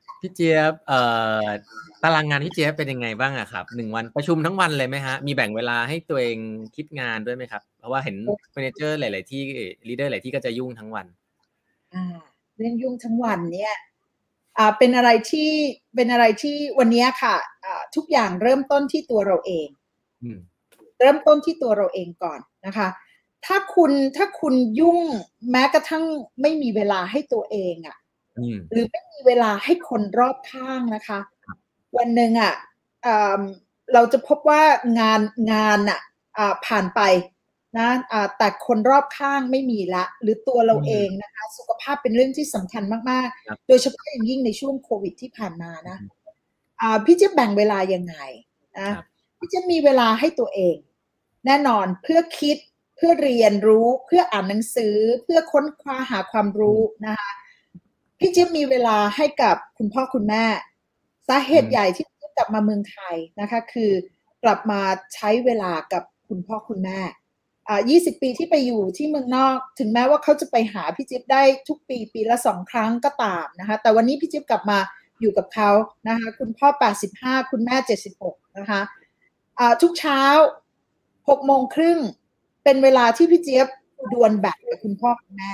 ตารางงานพี่เจี๊ยบเป็นยังไงบ้างครับ1วันประชุมทั้งวันเลยไหมฮะมีแบ่งเวลาให้ตัวเองคิดงานด้วยไหมครับเพราะว่าเห็น manager หลายๆที่ leader หลายที่ก็จะยุ่งทั้งวันเรื่องยุ่งทั้งวันเนี่ยเป็นอะไรที่วันนี้ค่ะทุกอย่างเริ่มต้นที่ตัวเราเองเริ่มต้นที่ตัวเราเองก่อนนะคะถ้าคุณยุ่งแม้กระทั่งไม่มีเวลาให้ตัวเองหรือไม่มีเวลาให้คนรอบข้างนะคะวันหนึ่งเราจะพบว่างานผ่านไปนะแต่คนรอบข้างไม่มีละหรือตัวเราเองนะคะสุขภาพเป็นเรื่องที่สำคัญมากๆโดยเฉพาะอย่างยิ่งในช่วงโควิดที่ผ่านมานะพี่จะแบ่งเวลายังไงนะพี่จะมีเวลาให้ตัวเองแน่นอนเพื่อคิดเพื่อเรียนรู้เพื่ออ่านหนังสือเพื่อค้นคว้าหาความรู้นะคะพี่จิ๊บมีเวลาให้กับคุณพ่อคุณแม่สาเหตุใหญ่ที่กลับมาเมืองไทยนะคะคือกลับมาใช้เวลากับคุณพ่อคุณแม่20 ปีที่ไปอยู่ที่เมืองนอกถึงแม้ว่าเขาจะไปหาพี่จิ๊บได้ทุกปีละ2 ครั้งก็ตามนะคะแต่วันนี้พี่จิ๊บกลับมาอยู่กับเขานะคะคุณพ่อ85คุณแม่76นะคะทุกเช้า6:30เป็นเวลาที่พี่จิ๊บดวลแบดกับคุณพ่อคุณแม่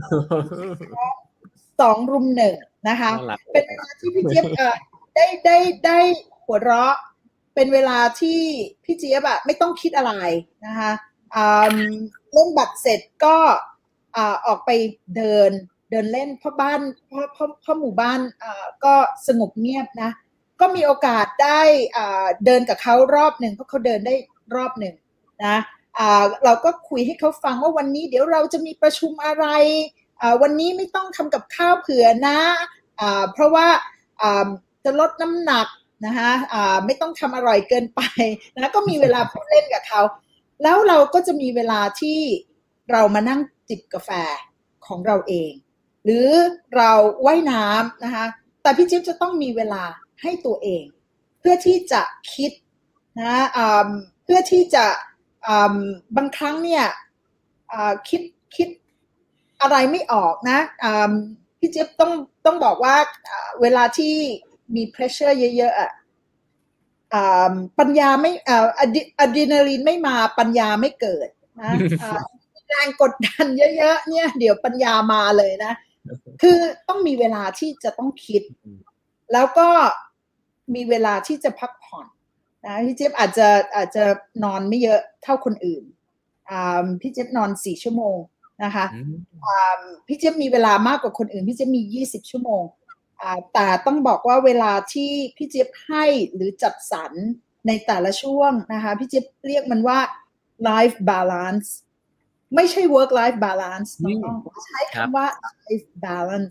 2 รุม 1นะคะเป็นเวลาที่พี่จิ๊บได้หัวเราะเป็นเวลาที่พี่จิ๊บไม่ต้องคิดอะไรนะคะเล่นบัตรเสร็จก็ออกไปเดินเล่นเพราะหมู่บ้านก็สงบเงียบนะก็มีโอกาสได้เดินกับเขารอบหนึ่งเพราะเขาเดินได้รอบหนึ่งนะเราก็คุยให้เขาฟังว่าวันนี้เดี๋ยวเราจะมีประชุมอะไรวันนี้ไม่ต้องทำกับข้าวเผื่อนะเพราะว่าจะลดน้ำหนักนะคะไม่ต้องทำอร่อยเกินไปนะก็มีเวลาพูดเล่นกับเขาแล้วเราก็จะมีเวลาที่เรามานั่งจิบกาแฟของเราเองหรือเราว่ายน้ำนะคะแต่พี่จิ๊บจะต้องมีเวลาให้ตัวเองเพื่อที่จะคิดนะเพื่อที่จะบางครั้งเนี่ยคิดอะไรไม่ออกนะพี่จิ๊บต้องบอกว่าเวลาที่มี pressure เยอะๆปัญญาไม่อะดรีนาลีนไม่มาปัญญาไม่เกิดนะแรงกดดันเยอะๆเนี่ยเดี๋ยวปัญญามาเลยนะคือต้องมีเวลาที่จะต้องคิดแล้วก็มีเวลาที่จะพักผ่อนนะพี่เจี๊ยบอาจจะนอนไม่เยอะเท่าคนอื่นพี่เจี๊ยบนอน4 ชั่วโมงนะคะพี่เจี๊ยบมีเวลามากกว่าคนอื่นพี่เจี๊ยบมี20 ชั่วโมงแต่ต้องบอกว่าเวลาที่พี่เจี๊ยบให้หรือจัดสรรในแต่ละช่วงนะคะพี่เจี๊ยบเรียกมันว่า life balance ไม่ใช่ work life balance ต้องใช้คำว่า life balance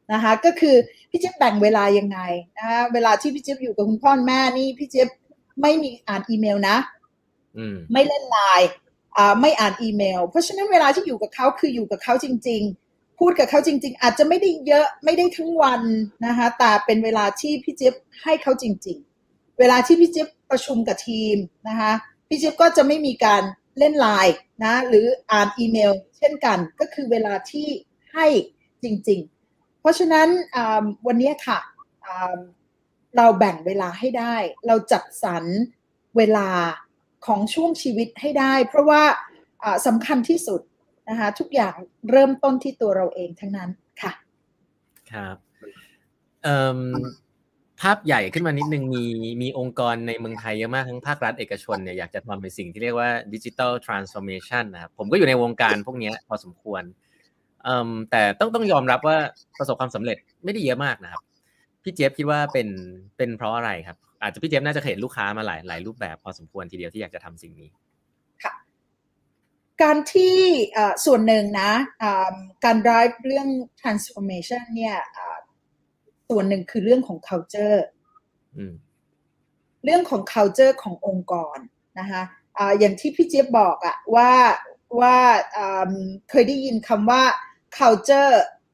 นะคะก็คือพี่เจี๊ยบแบ่งเวลายังไงนะคะเวลาที่พี่เจี๊ยบอยู่กับคุณพ่อแม่นี่พี่เจี๊ยบไม่มีอ่านอีเมลนะไม่เล่นไลน์ไม่อ่านอีเมลเพราะฉะนั้นเวลาที่อยู่กับเขาคืออยู่กับเขาจริงๆพูดกับเขาจริงๆอาจจะไม่ได้เยอะไม่ได้ทั้งวันนะคะแต่เป็นเวลาที่พี่เจี๊ยบให้เขาจริงๆเวลาที่พี่เจี๊ยบประชุมกับทีมนะคะพี่เจี๊ยบก็จะไม่มีการเล่นไลน์นะหรืออ่านอีเมลเช่นกันก็คือเวลาที่ให้จริงๆเพราะฉะนั้นวันนี้ค่ะเราแบ่งเวลาให้ได้เราจัดสรรเวลาของช่วงชีวิตให้ได้เพราะว่าสำคัญที่สุดนะคะทุกอย่างเริ่มต้นที่ตัวเราเองทั้งนั้นค่ะครับภาพใหญ่ขึ้นมานิดนึงมีองค์กรในเมืองไทยเยอะมากทั้งภาครัฐเอกชนเนี่ยอยากจะทำในสิ่งที่เรียกว่า Digital Transformation นะครับผมก็อยู่ในวงการพวกนี้พอสมควรแต่ต้องยอมรับว่าประสบความสำเร็จไม่ได้เยอะมากนะครับพี่เจี๊ยบคิดว่าเป็นเพราะอะไรครับอาจจะพี่เจี๊ยบน่าจะเห็นลูกค้ามาหลายรูปแบบพอสมควรทีเดียวที่อยากจะทำสิ่งนี้ค่ะการที่ส่วนหนึ่งนะการ drive เรื่อง transformation เนี่ยส่วนหนึ่งคือเรื่องของ culture เรื่องของ culture ขององค์กรนะคะอย่างที่พี่เจี๊ยบบอกอะว่าเคยได้ยินคำว่า culture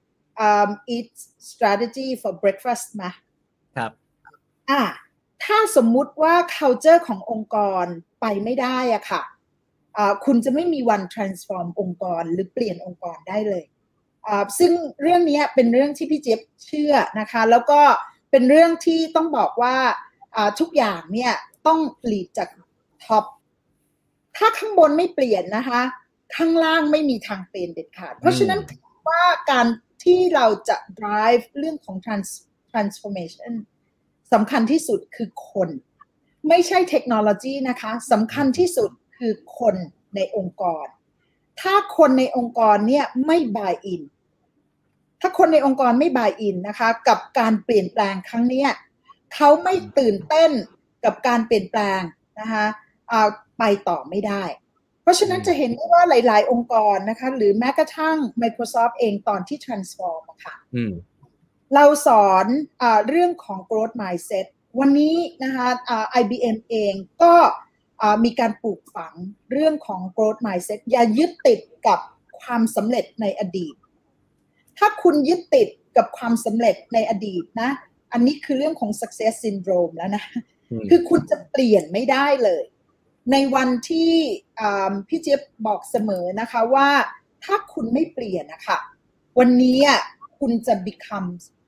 eat strategy for breakfast ไหมครับถ้าสมมุติว่า culture ขององค์กรไปไม่ได้อะค่ะคุณจะไม่มีวัน transform องค์กรหรือเปลี่ยนองค์กรได้เลยซึ่งเรื่องนี้เป็นเรื่องที่พี่เจี๊ยบเชื่อนะคะแล้วก็เป็นเรื่องที่ต้องบอกว่าทุกอย่างเนี่ยต้องผลิตจากท็อปถ้าข้างบนไม่เปลี่ยนนะคะข้างล่างไม่มีทางเปลี่ยนเด็ดขาดเพราะฉะนั้นว่าการที่เราจะ drive เรื่องของ transformation สำคัญที่สุดคือคนไม่ใช่เทคโนโลยีนะคะสำคัญที่สุดคือคนในองค์กรถ้าคนในองค์กรเนี่ยไม่ buy in ถ้าคนในองค์กรไม่ buy in นะคะกับการเปลี่ยนแปลงครั้งนี้เขาไม่ตื่นเต้นกับการเปลี่ยนแปลงนะคะไปต่อไม่ได้เพราะฉะนั้นจะเห็นได้ว่าหลายๆองค์กรนะคะหรือแม้กระทั่ง Microsoft เองตอนที่ transform ค่ะเราสอนเรื่องของ growth mindset วันนี้นะคะIBM เองก็มีการปลูกฝังเรื่องของ growth mindset อย่ายึดติดกับความสำเร็จในอดีตถ้าคุณยึดติดกับความสำเร็จในอดีตนะอันนี้คือเรื่องของ success syndrome แล้วนะคือคุณจะเปลี่ยนไม่ได้เลยในวันที่พี่เจี๊ยบบอกเสมอนะคะว่าถ้าคุณไม่เปลี่ยนนะคะวันนี้คุณจะ become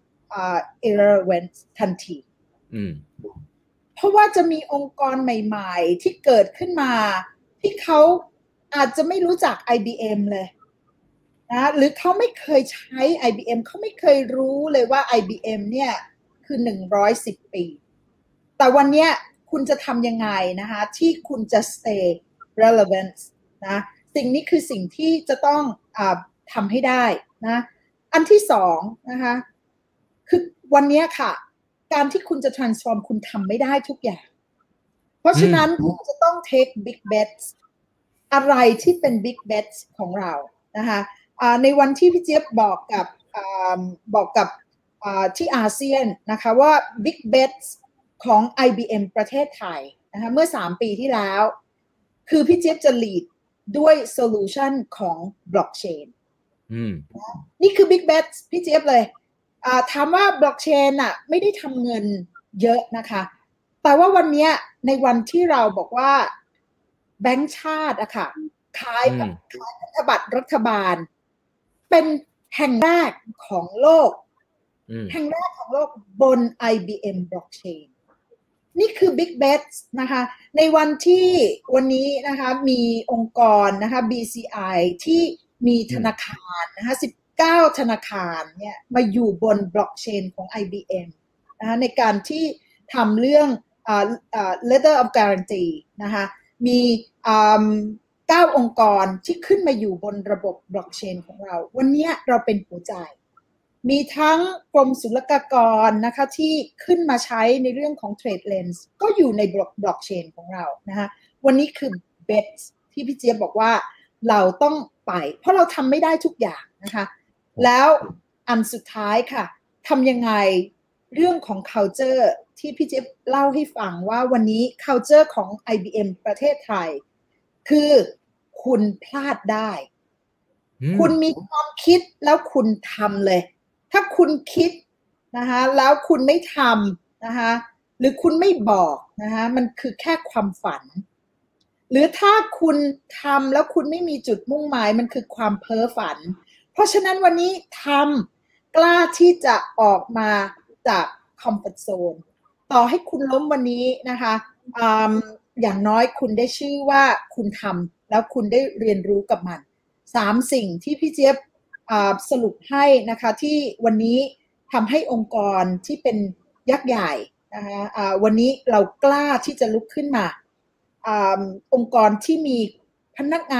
irrelevant ทันทีเพราะว่าจะมีองค์กรใหม่ๆที่เกิดขึ้นมาที่เขาอาจจะไม่รู้จัก IBM เลยนะหรือเขาไม่เคยใช้ IBM เขาไม่เคยรู้เลยว่า IBM เนี่ยคือ110 ปีแต่วันนี้คุณจะทำยังไงนะคะที่คุณจะ stay relevant นะสิ่งนี้คือสิ่งที่จะต้องทำให้ได้นะอันที่สองนะคะคือวันนี้ค่ะการที่คุณจะ transform คุณทำไม่ได้ทุกอย่างเพราะฉะนั้นคุณจะต้อง take big bets อะไรที่เป็น big bets ของเรานะคะในวันที่พี่เจี๊ยบบอกกับที่อาเซียนนะคะว่า big bets ของ IBM ประเทศไทยนะคะเมื่อ3 ปีที่แล้วคือพี่เจี๊ยบจะ lead ด้วย solution ของ blockchain นี่คือ big bets พี่เจี๊ยบเลยถามว่า blockchain ไม่ได้ทำเงินเยอะนะคะแต่ว่าวันนี้ในวันที่เราบอกว่าแบงก์ชาติค่ะขายพันธบัตรรัฐบาลเป็นแห่งแรกของโลกแห่งแรกของโลกบน IBM blockchain นี่คือ big bets นะคะในวันที่วันนี้นะคะมีองค์กรนะคะ BCI ที่มีธนาคารนะคะ19 ธนาคารเนี่ยมาอยู่บนบล็อกเชนของ IBM นะคะในการที่ทำเรื่องletter of guarantee นะคะมี9 องค์กรที่ขึ้นมาอยู่บนระบบบล็อกเชนของเราวันนี้เราเป็นหัวใจมีทั้งกรมศุลกากรนะคะที่ขึ้นมาใช้ในเรื่องของ Trade Lens ก็อยู่ในบล็อกเชนของเรานะคะวันนี้คือ bet ที่พี่เจี๊ยบบอกว่าเราต้องไปเพราะเราทำไม่ได้ทุกอย่างนะคะแล้วอันสุดท้ายค่ะทำยังไงเรื่องของ culture ที่พี่เจี๊ยบเล่าให้ฟังว่าวันนี้ culture ของ IBM ประเทศไทยคือคุณพลาดได้คุณมีความคิดแล้วคุณทำเลยถ้าคุณคิดนะคะแล้วคุณไม่ทำนะคะหรือคุณไม่บอกนะคะมันคือแค่ความฝันหรือถ้าคุณทำแล้วคุณไม่มีจุดมุ่งหมายมันคือความเพ้อฝันเพราะฉะนั้นวันนี้ทำกล้าที่จะออกมาจากคอมฟอร์ทโซนต่อให้คุณล้มวันนี้นะคะอย่างน้อยคุณได้ชื่อว่าคุณทำแล้วคุณได้เรียนรู้กับมัน3 สิ่งที่พี่เจี๊ยบสรุปให้นะคะที่วันนี้ทำให้องค์กรที่เป็นยักษ์ใหญ่นะคะวันนี้เรากล้าที่จะลุกขึ้นมาองค์กรที่มีพนักงาน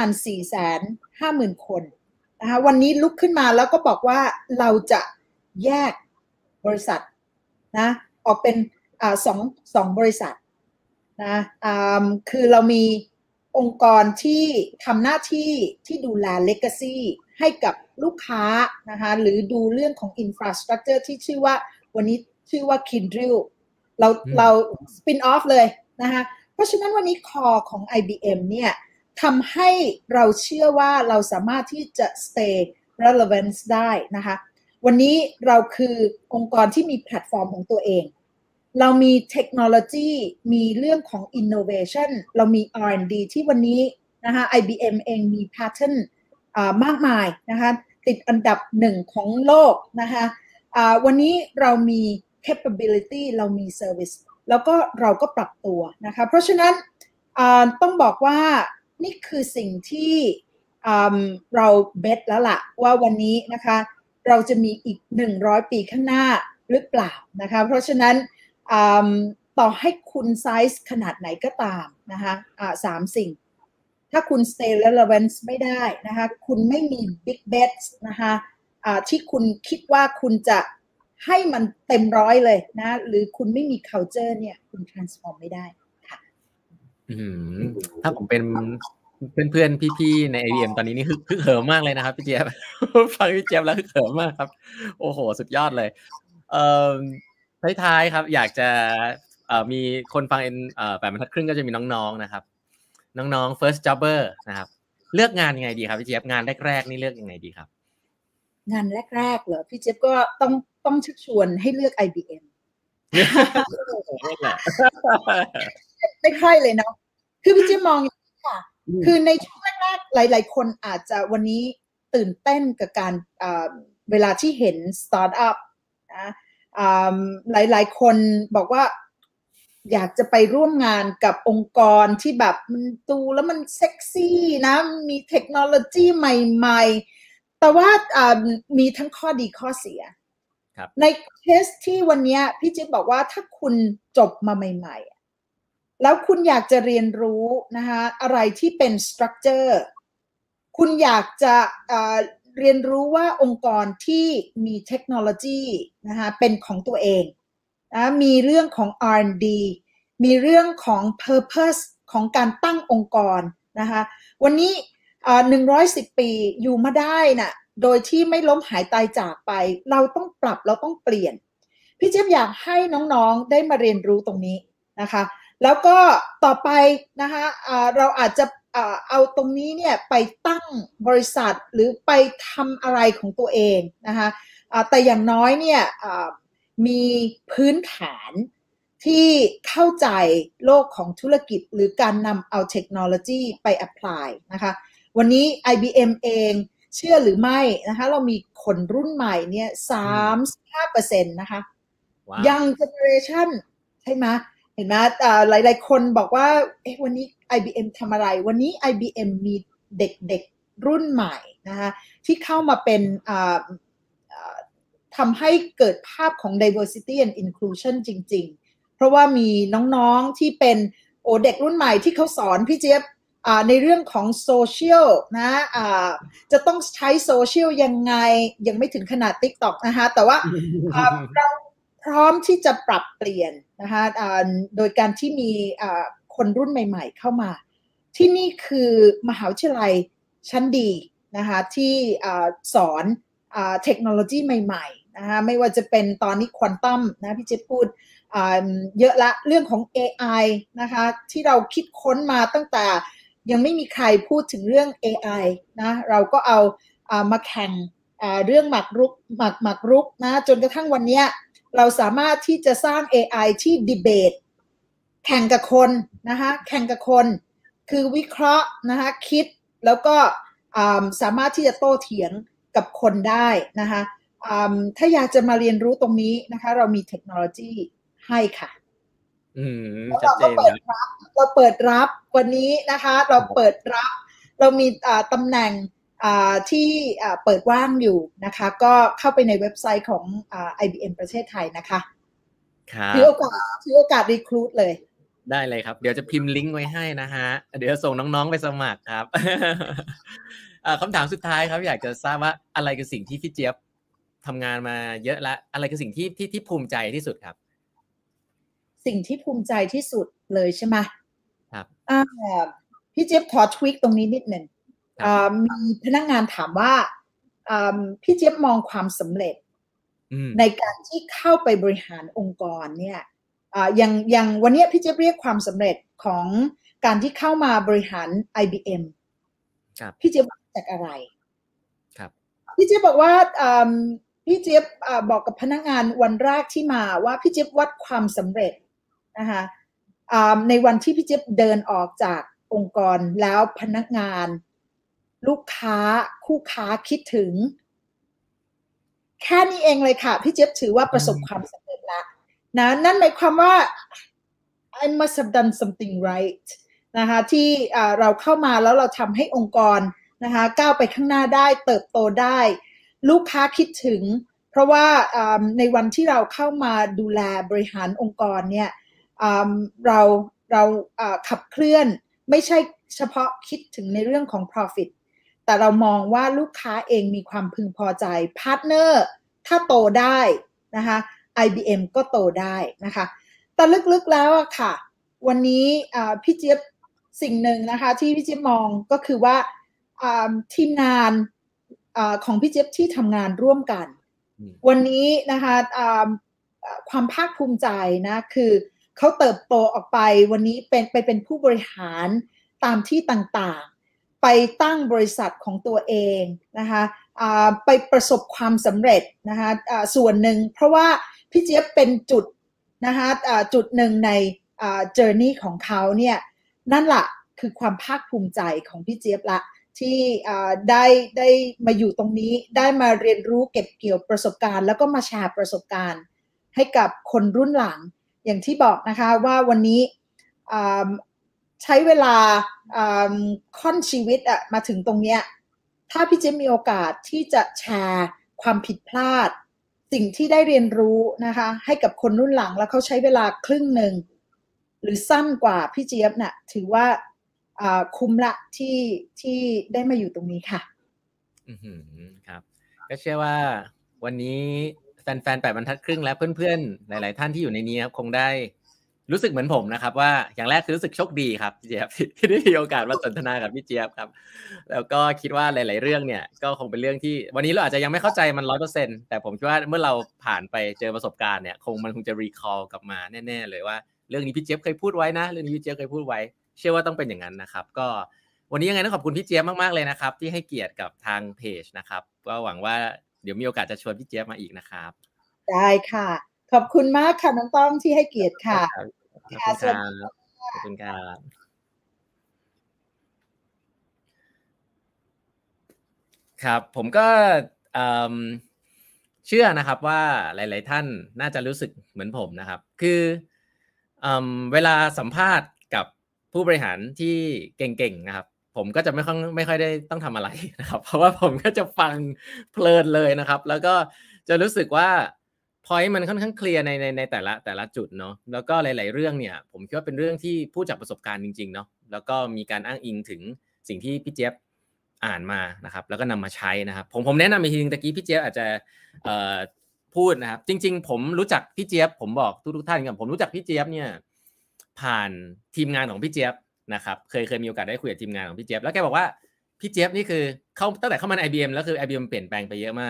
450,000 คนนะคะวันนี้ลุกขึ้นมาแล้วก็บอกว่าเราจะแยกบริษัทนะออกเป็นสองบริษัทนะคือเรามีองค์กรที่ทำหน้าที่ที่ดูแล legacy ให้กับลูกค้านะคะหรือดูเรื่องของ infrastructure ที่ชื่อว่าวันนี้ชื่อว่า Kyndryl เรา spin off เลยนะคะเพราะฉะนั้นวันนี้ core ของ IBM เนี่ยทำให้เราเชื่อว่าเราสามารถที่จะ stay relevant ได้นะคะวันนี้เราคือองค์กรที่มีแพลตฟอร์มของตัวเองเรามีเทคโนโลยีมีเรื่องของ innovation เรามี R&D ที่วันนี้นะคะ IBM เองมี patent มากมายนะคะติดอันดับ1ของโลกนะคะวันนี้เรามี capability เรามี service แล้วก็เราก็ปรับตัวนะคะเพราะฉะนั้นต้องบอกว่านี่คือสิ่งที่เราเบทแล้วล่ะว่าวันนี้นะคะเราจะมีอีก100 ปีข้างหน้าหรือเปล่านะคะเพราะฉะนั้นต่อให้คุณไซส์ขนาดไหนก็ตามนะคะ3 สิ่งถ้าคุณ stay relevant ไม่ได้นะคะคุณไม่มี big bets นะคะที่คุณคิดว่าคุณจะให้มันเต็ม100เลยนะหรือคุณไม่มี culture เนี่ยคุณ transform ไม่ได้ค่ะถ้าผมเป็นเพื่อนๆพี่ๆใน IBM ตอนนี้นี่ฮึกเหิมมากเลยนะครับพี่เจี๊ยบ ฟังพี่เจี๊ยบแล้วฮึกเหิมมากครับโอ้โหสุดยอดเลยท้ายๆครับอยากจะมีคนฟัง8 บรรทัดครึ่งก็จะมีน้องๆนะครับน้องๆ first jobber นะครับเลือกงานยังไงดีครับพี่เจี๊ยบงานแรกๆนี่เลือกยังไงดีครับงานแรกๆเหรอพี่เจี๊ยบก็ต้องชักชวนให้เลือก IBM ไม่ค่อยเลยเนาะคือพี่เจี๊ยบมองอย่างนี้ค่ะคือในช่วงแรกๆหลายๆคนอาจจะวันนี้ตื่นเต้นกับการเวลาที่เห็นสตาร์ทอัพนะหลายๆคนบอกว่าอยากจะไปร่วมงานกับองค์กรที่แบบมันดูแล้วมันเซ็กซี่นะมีเทคโนโลยีใหม่ๆแต่ว่ามีทั้งข้อดีข้อเสียในเคสที่วันนี้พี่จิ๊บบอกว่าถ้าคุณจบมาใหม่ๆแล้วคุณอยากจะเรียนรู้นะคะอะไรที่เป็นสตรัคเจอร์คุณอยากจะเรียนรู้ว่าองค์กรที่มีเทคโนโลยีนะคะเป็นของตัวเองนะมีเรื่องของ R&D มีเรื่องของ Purpose ของการตั้งองค์กรนะคะวันนี้110 ปีอยู่มาได้น่ะโดยที่ไม่ล้มหายตายจากไปเราต้องปรับเราต้องเปลี่ยนพี่เจี๊ยบอยากให้น้องๆได้มาเรียนรู้ตรงนี้นะคะแล้วก็ต่อไปนะคะเราอาจจะเอาตรงนี้เนี่ยไปตั้งบริษัทหรือไปทำอะไรของตัวเองนะคะแต่อย่างน้อยเนี่ยมีพื้นฐานที่เข้าใจโลกของธุรกิจหรือการนำเอาเทคโนโลยีไป apply นะคะวันนี้ IBM เองเชื่อหรือไม่นะคะเรามีคนรุ่นใหม่เนี่ย 35% นะคะ Young Generation ใช่ไหมเห็นไหมหลายๆคนบอกว่าวันนี้ IBM ทำอะไรวันนี้ IBM มีเด็กๆรุ่นใหม่นะคะที่เข้ามาเป็นทำให้เกิดภาพของ diversity and inclusion จริงๆเพราะว่ามีน้องๆที่เป็นเด็กรุ่นใหม่ที่เขาสอนพี่เจี๊ยบในเรื่องของโซเชียลนะจะต้องใช้โซเชียลยังไงยังไม่ถึงขนาด TikTok นะคะแต่ว่าเราพร้อมที่จะปรับเปลี่ยนนะคะโดยการที่มีคนรุ่นใหม่ๆเข้ามาที่นี่คือมหาวิทยาลัยชั้นดีนะคะที่สอนเทคโนโลยีใหม่ๆนะคะไม่ว่าจะเป็นตอนนี้ควอนตัมนะพี่เจพูดเยอะละเรื่องของ AI นะคะที่เราคิดค้นมาตั้งแต่ยังไม่มีใครพูดถึงเรื่อง AI นะเราก็เอามาแข่งเรื่องหมากรุกนะจนกระทั่งวันนี้เราสามารถที่จะสร้าง AI ที่ดีเบตแข่งกับคนนะคะแข่งกับคนคือวิเคราะห์นะคะคิดแล้วก็สามารถที่จะโต้เถียงกับคนได้นะคะถ้าอยากจะมาเรียนรู้ตรงนี้นะคะเรามีเทคโนโลยีให้ค่ะแล้วเราก็เปิดรับวันนี้นะคะเราเปิดรับเรามีตำแหน่งที่เปิดว่างอยู่นะคะก็เข้าไปในเว็บไซต์ของIBM ประเทศไทยนะคะถือโอกาสรีครูทเลยได้เลยครับเดี๋ยวจะพิมพ์ลิงก์ไว้ให้นะฮะเดี๋ยวส่งน้องๆไปสมัครครับคำถามสุดท้ายครับอยากจะทราบว่าอะไรคือสิ่งที่พี่เจี๊ยบทำงานมาเยอะแล้วอะไรคือสิ่งที่ภูมิใจที่สุดครับสิ่งที่ภูมิใจที่สุดเลยใช่ไหมครับพี่เจี๊ยบขอทวิคตรงนี้นิดหนึ่งมีพนักงานถามว่าพี่เจี๊ยบมองความสำเร็จในการที่เข้าไปบริหารองค์กรเนี่ยอย่างวันนี้พี่เจี๊ยบเรียกความสำเร็จของการที่เข้ามาบริหาร IBM พี่เจี๊ยบจากอะไรพี่เจี๊ยบบอกว่าพี่เจี๊ยบบอกกับพนักงานวันแรกที่มาว่าพี่เจี๊ยบวัดความสำเร็จนะคะในวันที่พี่เจี๊ยบเดินออกจากองค์กรแล้วพนักงานลูกค้าคู่ค้าคิดถึงแค่นี้เองเลยค่ะพี่เจี๊ยบถือว่าประสบความสำเร็จแล้วนะนั่นหมายความว่า I must have done something right นะคะที่เราเข้ามาแล้วเราทำให้องค์กรนะคะก้าวไปข้างหน้าได้เติบโตได้ลูกค้าคิดถึงเพราะว่าในวันที่เราเข้ามาดูแลบริหารองค์กรเนี่ยเราขับเคลื่อนไม่ใช่เฉพาะคิดถึงในเรื่องของ profit แต่เรามองว่าลูกค้าเองมีความพึงพอใจพาร์ทเนอร์ถ้าโตได้นะคะ IBM ก็โตได้นะคะแต่ลึกๆแล้วอะค่ะวันนี้พี่เจี๊ยบสิ่งหนึ่งนะคะที่พี่เจี๊ยบมองก็คือว่าทีมงานของพี่เจี๊ยบที่ทำงานร่วมกันวันนี้นะคะความภาคภูมิใจนะคือเขาเติบโตออกไปวันนี้เป็นผู้บริหารตามที่ต่างๆไปตั้งบริษัทของตัวเองนะคะไปประสบความสำเร็จนะคะส่วนหนึ่งเพราะว่าพี่เจี๊ยบเป็นจุดนะคะจุดหนึ่งในjourney ของเขาเนี่ยนั่นแหละคือความภาคภูมิใจของพี่เจี๊ยบละที่ได้มาอยู่ตรงนี้ได้มาเรียนรู้เก็บเกี่ยวประสบการณ์แล้วก็มาแชร์ประสบการณ์ให้กับคนรุ่นหลังอย่างที่บอกนะคะว่าวันนี้ใช้เวลาค่อนชีวิตมาถึงตรงเนี้ยถ้าพี่เจี๊ยบมีโอกาสที่จะแชร์ความผิดพลาดสิ่งที่ได้เรียนรู้นะคะให้กับคนรุ่นหลังแล้วเขาใช้เวลาครึ่งหนึ่งหรือสั้นกว่าพี่เจี๊ยบน่ะถือว่าคุ้มละที่ได้มาอยู่ตรงนี้ค่ะครับก็เชื่อว่าวันนี้แฟนๆ8 บรรทัดครึ่งและเพื่อนๆหลายๆท่านที่อยู่ในนี้ครับคงได้รู้สึกเหมือนผมนะครับว่าอย่างแรกคือรู้สึกโชคดีครับพี่เจี๊ยบที่ได้มีโอกาสมาสนทนากับพี่เจี๊ยบครับแล้วก็คิดว่าหลายๆเรื่องเนี่ยก็คงเป็นเรื่องที่วันนี้เราอาจจะยังไม่เข้าใจมัน 100% แต่ผมคิดว่าเมื่อเราผ่านไปเจอประสบการณ์เนี่ยมันคงจะ recall กลับมาแน่ๆเลยว่าเรื่องนี้พี่เจี๊ยบเคยพูดไว้นะเรื่องนี้พี่เจี๊ยบเคยพูดไว้เชื่อว่าต้องเป็นอย่างนั้นนะครับก็วันนี้ยังไงต้องขอบคุณพี่เจี๊ยบมากๆเลยนะครับที่ให้เกียรติกับทางเพจนะครับก็หวังว่าเดี๋ยวมีโอกาสจะชวนพี่เจี๊ยบมาอีกนะครับได้ค่ะขอบคุณมากค่ะน้องต้องที่ให้เกียรติค่ะค่ะสวัสดีครับขอบคุณครับครับผมก็เชื่อนะครับว่าหลายๆท่านน่าจะรู้สึกเหมือนผมนะครับคือเวลาสัมภาษณ์กับผู้บริหารที่เก่งๆนะครับผมก็จะไม่ค่อยได้ต้องทำอะไรนะครับเพราะว่าผมก็จะฟังเพลินเลยนะครับแล้วก็จะรู้สึกว่าพอยต์มันค่อนข้างเคลียร์ในแต่ละจุดเนาะแล้วก็หลายๆเรื่องเนี่ยผมคิดว่าเป็นเรื่องที่พูดจากประสบการณ์จริงๆเนาะแล้วก็มีการอ้างอิงถึงสิ่งที่พี่เจี๊ยบอ่านมานะครับแล้วก็นำมาใช้นะครับผมแนะนำอีกทีนึงตะกี้พี่เจี๊ยบอาจจะพูดนะครับจริงๆผมรู้จักพี่เจี๊ยบผมบอกทุกท่านกันผมรู้จักพี่เจี๊ยบเนี่ยผ่านทีมงานของพี่เจี๊ยบนะครับเคยมีโอกาสได้คุยกับทีมงานของพี่เจี๊ยบแล้วแกบอกว่าพี่เจี๊ยบนี่คือเขาตั้งแต่เข้ามาใน IBM แล้วคือ IBM เปลี่ยนแปลงไปเยอะมาก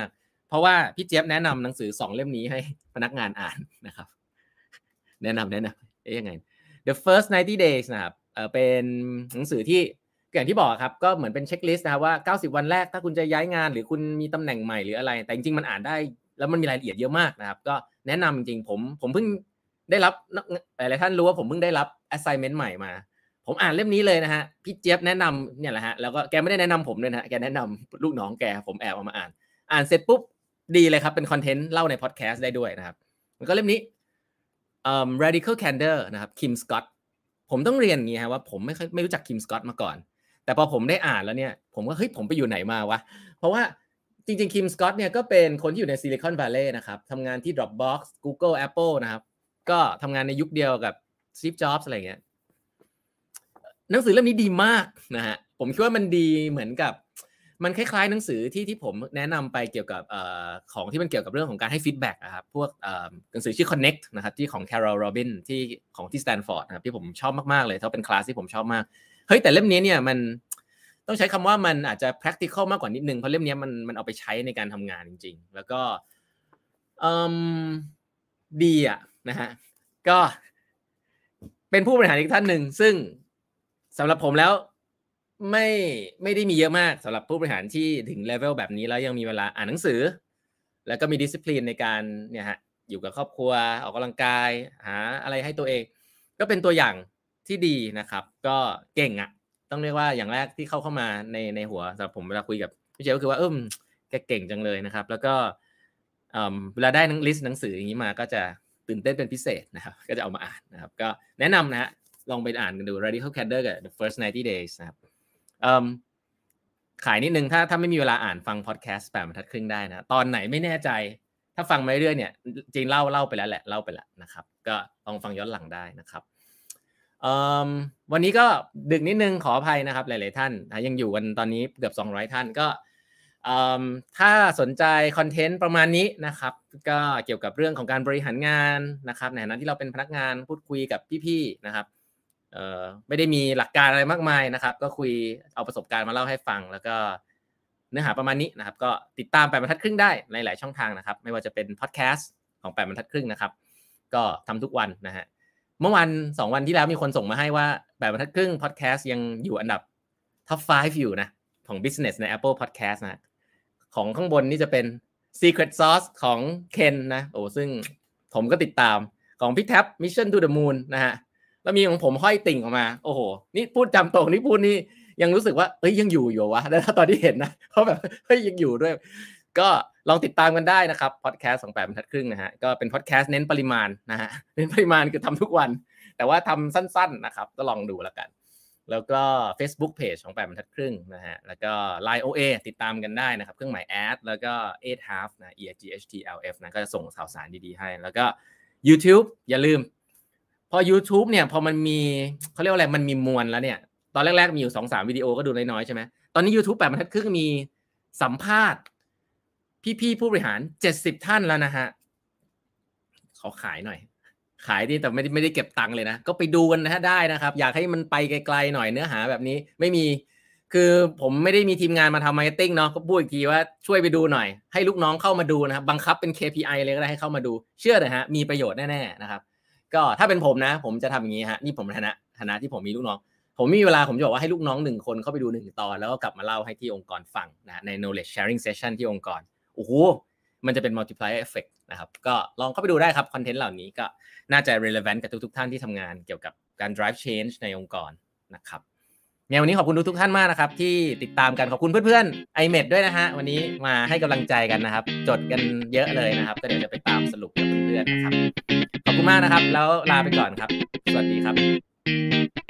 เพราะว่าพี่เจี๊ยบแนะนำหนังสือ2เล่มนี้ให้พนักงานอ่านนะครับแนะนำยังไง The First 90 Days นะครับเป็นหนังสือที่อย่างที่บอกครับก็เหมือนเป็นเช็คลิสต์นะครับว่า90วันแรกถ้าคุณจะย้ายงานหรือคุณมีตำแหน่งใหม่หรืออะไรแต่จริงๆมันอ่านได้แล้วมันมีรายละเอียดเยอะมากนะครับก็แนะนำจริงๆผมเพิ่งได้รับหลายท่านรู้ว่าผมเพิ่งได้รับ assignment ใหม่มาผมอ่านเล่มนี้เลยนะฮะพี่เจี๊ยบแนะนำเนี่ยแหละฮะแล้วก็แกไม่ได้แนะนำผมด้วยนะฮะแกแนะนำลูกน้องแกผมแอบเอามาอ่านเสร็จปุ๊บดีเลยครับเป็นคอนเทนต์เล่าในพอดแคสต์ได้ด้วยนะครับมันก็เล่มนี้Radical Candor นะครับคิมสกอตผมต้องเรียนอย่างนี้ฮะว่าผมไม่รู้จักคิมสกอตมาก่อนแต่พอผมได้อ่านแล้วเนี่ยผมก็เฮ้ยผมไปอยู่ไหนมาวะเพราะว่าจริงๆคิมสกอตเนี่ยก็เป็นคนที่อยู่ในซิลิคอนวัลเลย์นะครับทำงานที่ Dropbox Google Apple นะครับก็ทำงานในยุคเดียวกับ Steve Jobs อะไรเงี้ยหนังสือเล่มนี้ดีมากนะฮะผมคิดว่ามันดีเหมือนกับมันคล้ายๆหนังสือที่ผมแนะนำไปเกี่ยวกับของที่มันเกี่ยวกับเรื่องของการให้ฟีดแบ็กนะครับพวกหนังสือชื่อ Connect นะครับที่ของ Carol Robbins ที่ของที่ Stanford นะครับที่ผมชอบมากๆเลยเขาเป็นคลาสที่ผมชอบมากเฮ้ยแต่เล่มนี้เนี่ยมันต้องใช้คำว่ามันอาจจะ practical มากกว่านิดนึงเพราะเล่มนี้มันเอาไปใช้ในการทำงานจริงๆแล้วก็ดีอ่ะนะฮะก็เป็นผู้บริหารอีกท่านหนึ่งซึ่งสำหรับผมแล้วไม่ได้มีเยอะมากสำหรับผู้บริหารที่ถึงเลเวลแบบนี้แล้วยังมีเวลาอ่านหนังสือแล้วก็มีดิสซิปลินในการเนี่ยฮะอยู่กับครอบครัวออกกำลังกายหาอะไรให้ตัวเองก็เป็นตัวอย่างที่ดีนะครับก็เก่งอ่ะต้องเรียกว่าอย่างแรกที่เข้ามาในหัวสำหรับผมเวลาคุยกับพี่เจก็คือว่าแกเก่งจังเลยนะครับแล้วก็เวลาได้ลิสต์หนังสืออย่างนี้มาก็จะตื่นเต้นเป็นพิเศษนะครับก็จะเอามาอ่านนะครับก็แนะนำนะฮะลองไปอ่านกันดู Radical Candor กับ The First 90 Days นะครับขายนิดนึงถ้าไม่มีเวลาอ่านฟังพอดแคสต์8 บรรทัดครึ่งได้นะตอนไหนไม่แน่ใจถ้าฟังมาเรื่อยเนี่ยจริงเล่าไปแล้วแหละเล่าไปแล้วนะครับก็ลองฟังย้อนหลังได้นะครับวันนี้ก็ดึกนิดนึงขออภัยนะครับหลายๆท่านยังอยู่กันตอนนี้เกือบ200ท่านก็ถ้าสนใจคอนเทนต์ประมาณนี้นะครับก็เกี่ยวกับเรื่องของการบริหารงานนะครับในฐานะที่เราเป็นพนักงานพูดคุยกับพี่ๆนะครับไม่ได้มีหลักการอะไรมากมายนะครับก็คุยเอาประสบการณ์มาเล่าให้ฟังแล้วก็เนื้อหาประมาณนี้นะครับก็ติดตาม8 บรรทัดครึ่งได้ในหลายช่องทางนะครับไม่ว่าจะเป็นพอดแคสต์ของ8 บรรทัดครึ่งนะครับก็ทำทุกวันนะฮะเมื่อวัน2วันที่แล้วมีคนส่งมาให้ว่า8 บรรทัดครึ่งพอดแคสต์ยังอยู่อันดับ Top 5 อยู่นะของ Business ใน Apple Podcast นะของข้างบนนี่จะเป็น Secret Sauce ของเคนนะซึ่งผมก็ติดตามของพี่แท็บ Mission to the Moon นะฮะแล้วมีของผมห้อยติ่งออกมาโอ้โหนี่พูดจำตรงนี่พูดนี่ยังรู้สึกว่ายังอยู่วะแล้วตอนที่เห็นนะเขาแบบยังอยู่ด้วยก็ลองติดตามกันได้นะครับพอดแคสต์ของ8 บรรทัดครึ่งนะฮะก็เป็นพอดแคสต์เน้นปริมาณนะฮะเน้นปริมาณคือทำทุกวันแต่ว่าทำสั้นๆนะครับก็ลองดูแล้วกันแล้วก็ Facebook Page ของ8 บรรทัดครึ่งนะฮะแล้วก็ Line OA ติดตามกันได้นะครับเครื่องหมายแอดแล้วก็8 half นะ EGHTLF นะก็จะส่งข่าวสารดีๆให้แล้วก็ YouTube อย่าลืมพอ YouTube เนี่ยพอมันมีเขาเรียกว่าอะไรมันมีมวลแล้วเนี่ยตอนแรกๆมีอยู่ 2-3 วิดีโอก็ดูน้อยๆใช่ไหมตอนนี้ YouTube 8 บรรทัดครึ่งมีสัมภาษณ์พี่ๆผู้บริหาร70ท่านแล้วนะฮะขอขายหน่อยขายดิแต่ไม่ได้เก็บตังค์เลยนะก็ไปดูกันนะฮะได้นะครับอยากให้มันไปไกลๆหน่อยเนื้อหาแบบนี้ไม่มีคือผมไม่ได้มีทีมงานมาทำมาร์เก็ตติ้งเนาะก็พูดอีกทีว่าช่วยไปดูหน่อยให้ลูกน้องเข้ามาดูนะครับบังคับเป็น KPI เลยก็ได้ให้เข้ามาดูเชื่อเลยฮะมีประโยชน์แน่ๆนะครับก็ถ้าเป็นผมนะผมจะทำอย่างนี้ฮะนี่ผมฐานะที่ผมมีลูกน้องผมมีเวลาผมจะบอกว่าให้ลูกน้อง1คนเข้าไปดู1ตอนแล้วก็กลับมาเล่าให้ที่องค์กรฟังนะใน knowledge sharing session ที่องค์กรโอ้โหมันจะเป็น multiplier effect นะครับก็ลองเข้าไปดูได้ครับคอนเทนต์เหล่านี้ก็น่าจะ relevant กับทุกท่านที่ทำงานเกี่ยวกับการ drive change ในองค์กรนะครับวันนี้ขอบคุณทุกท่านมากนะครับที่ติดตามกันขอบคุณเพื่อนๆ iMed ด้วยนะฮะวันนี้มาให้กำลังใจกันนะครับจดกันเยอะเลยนะครับก็เดี๋ยวจะไปตามสรุปกับเพื่อนๆนะครับขอบคุณมากนะครับแล้วลาไปก่อนครับสวัสดีครับ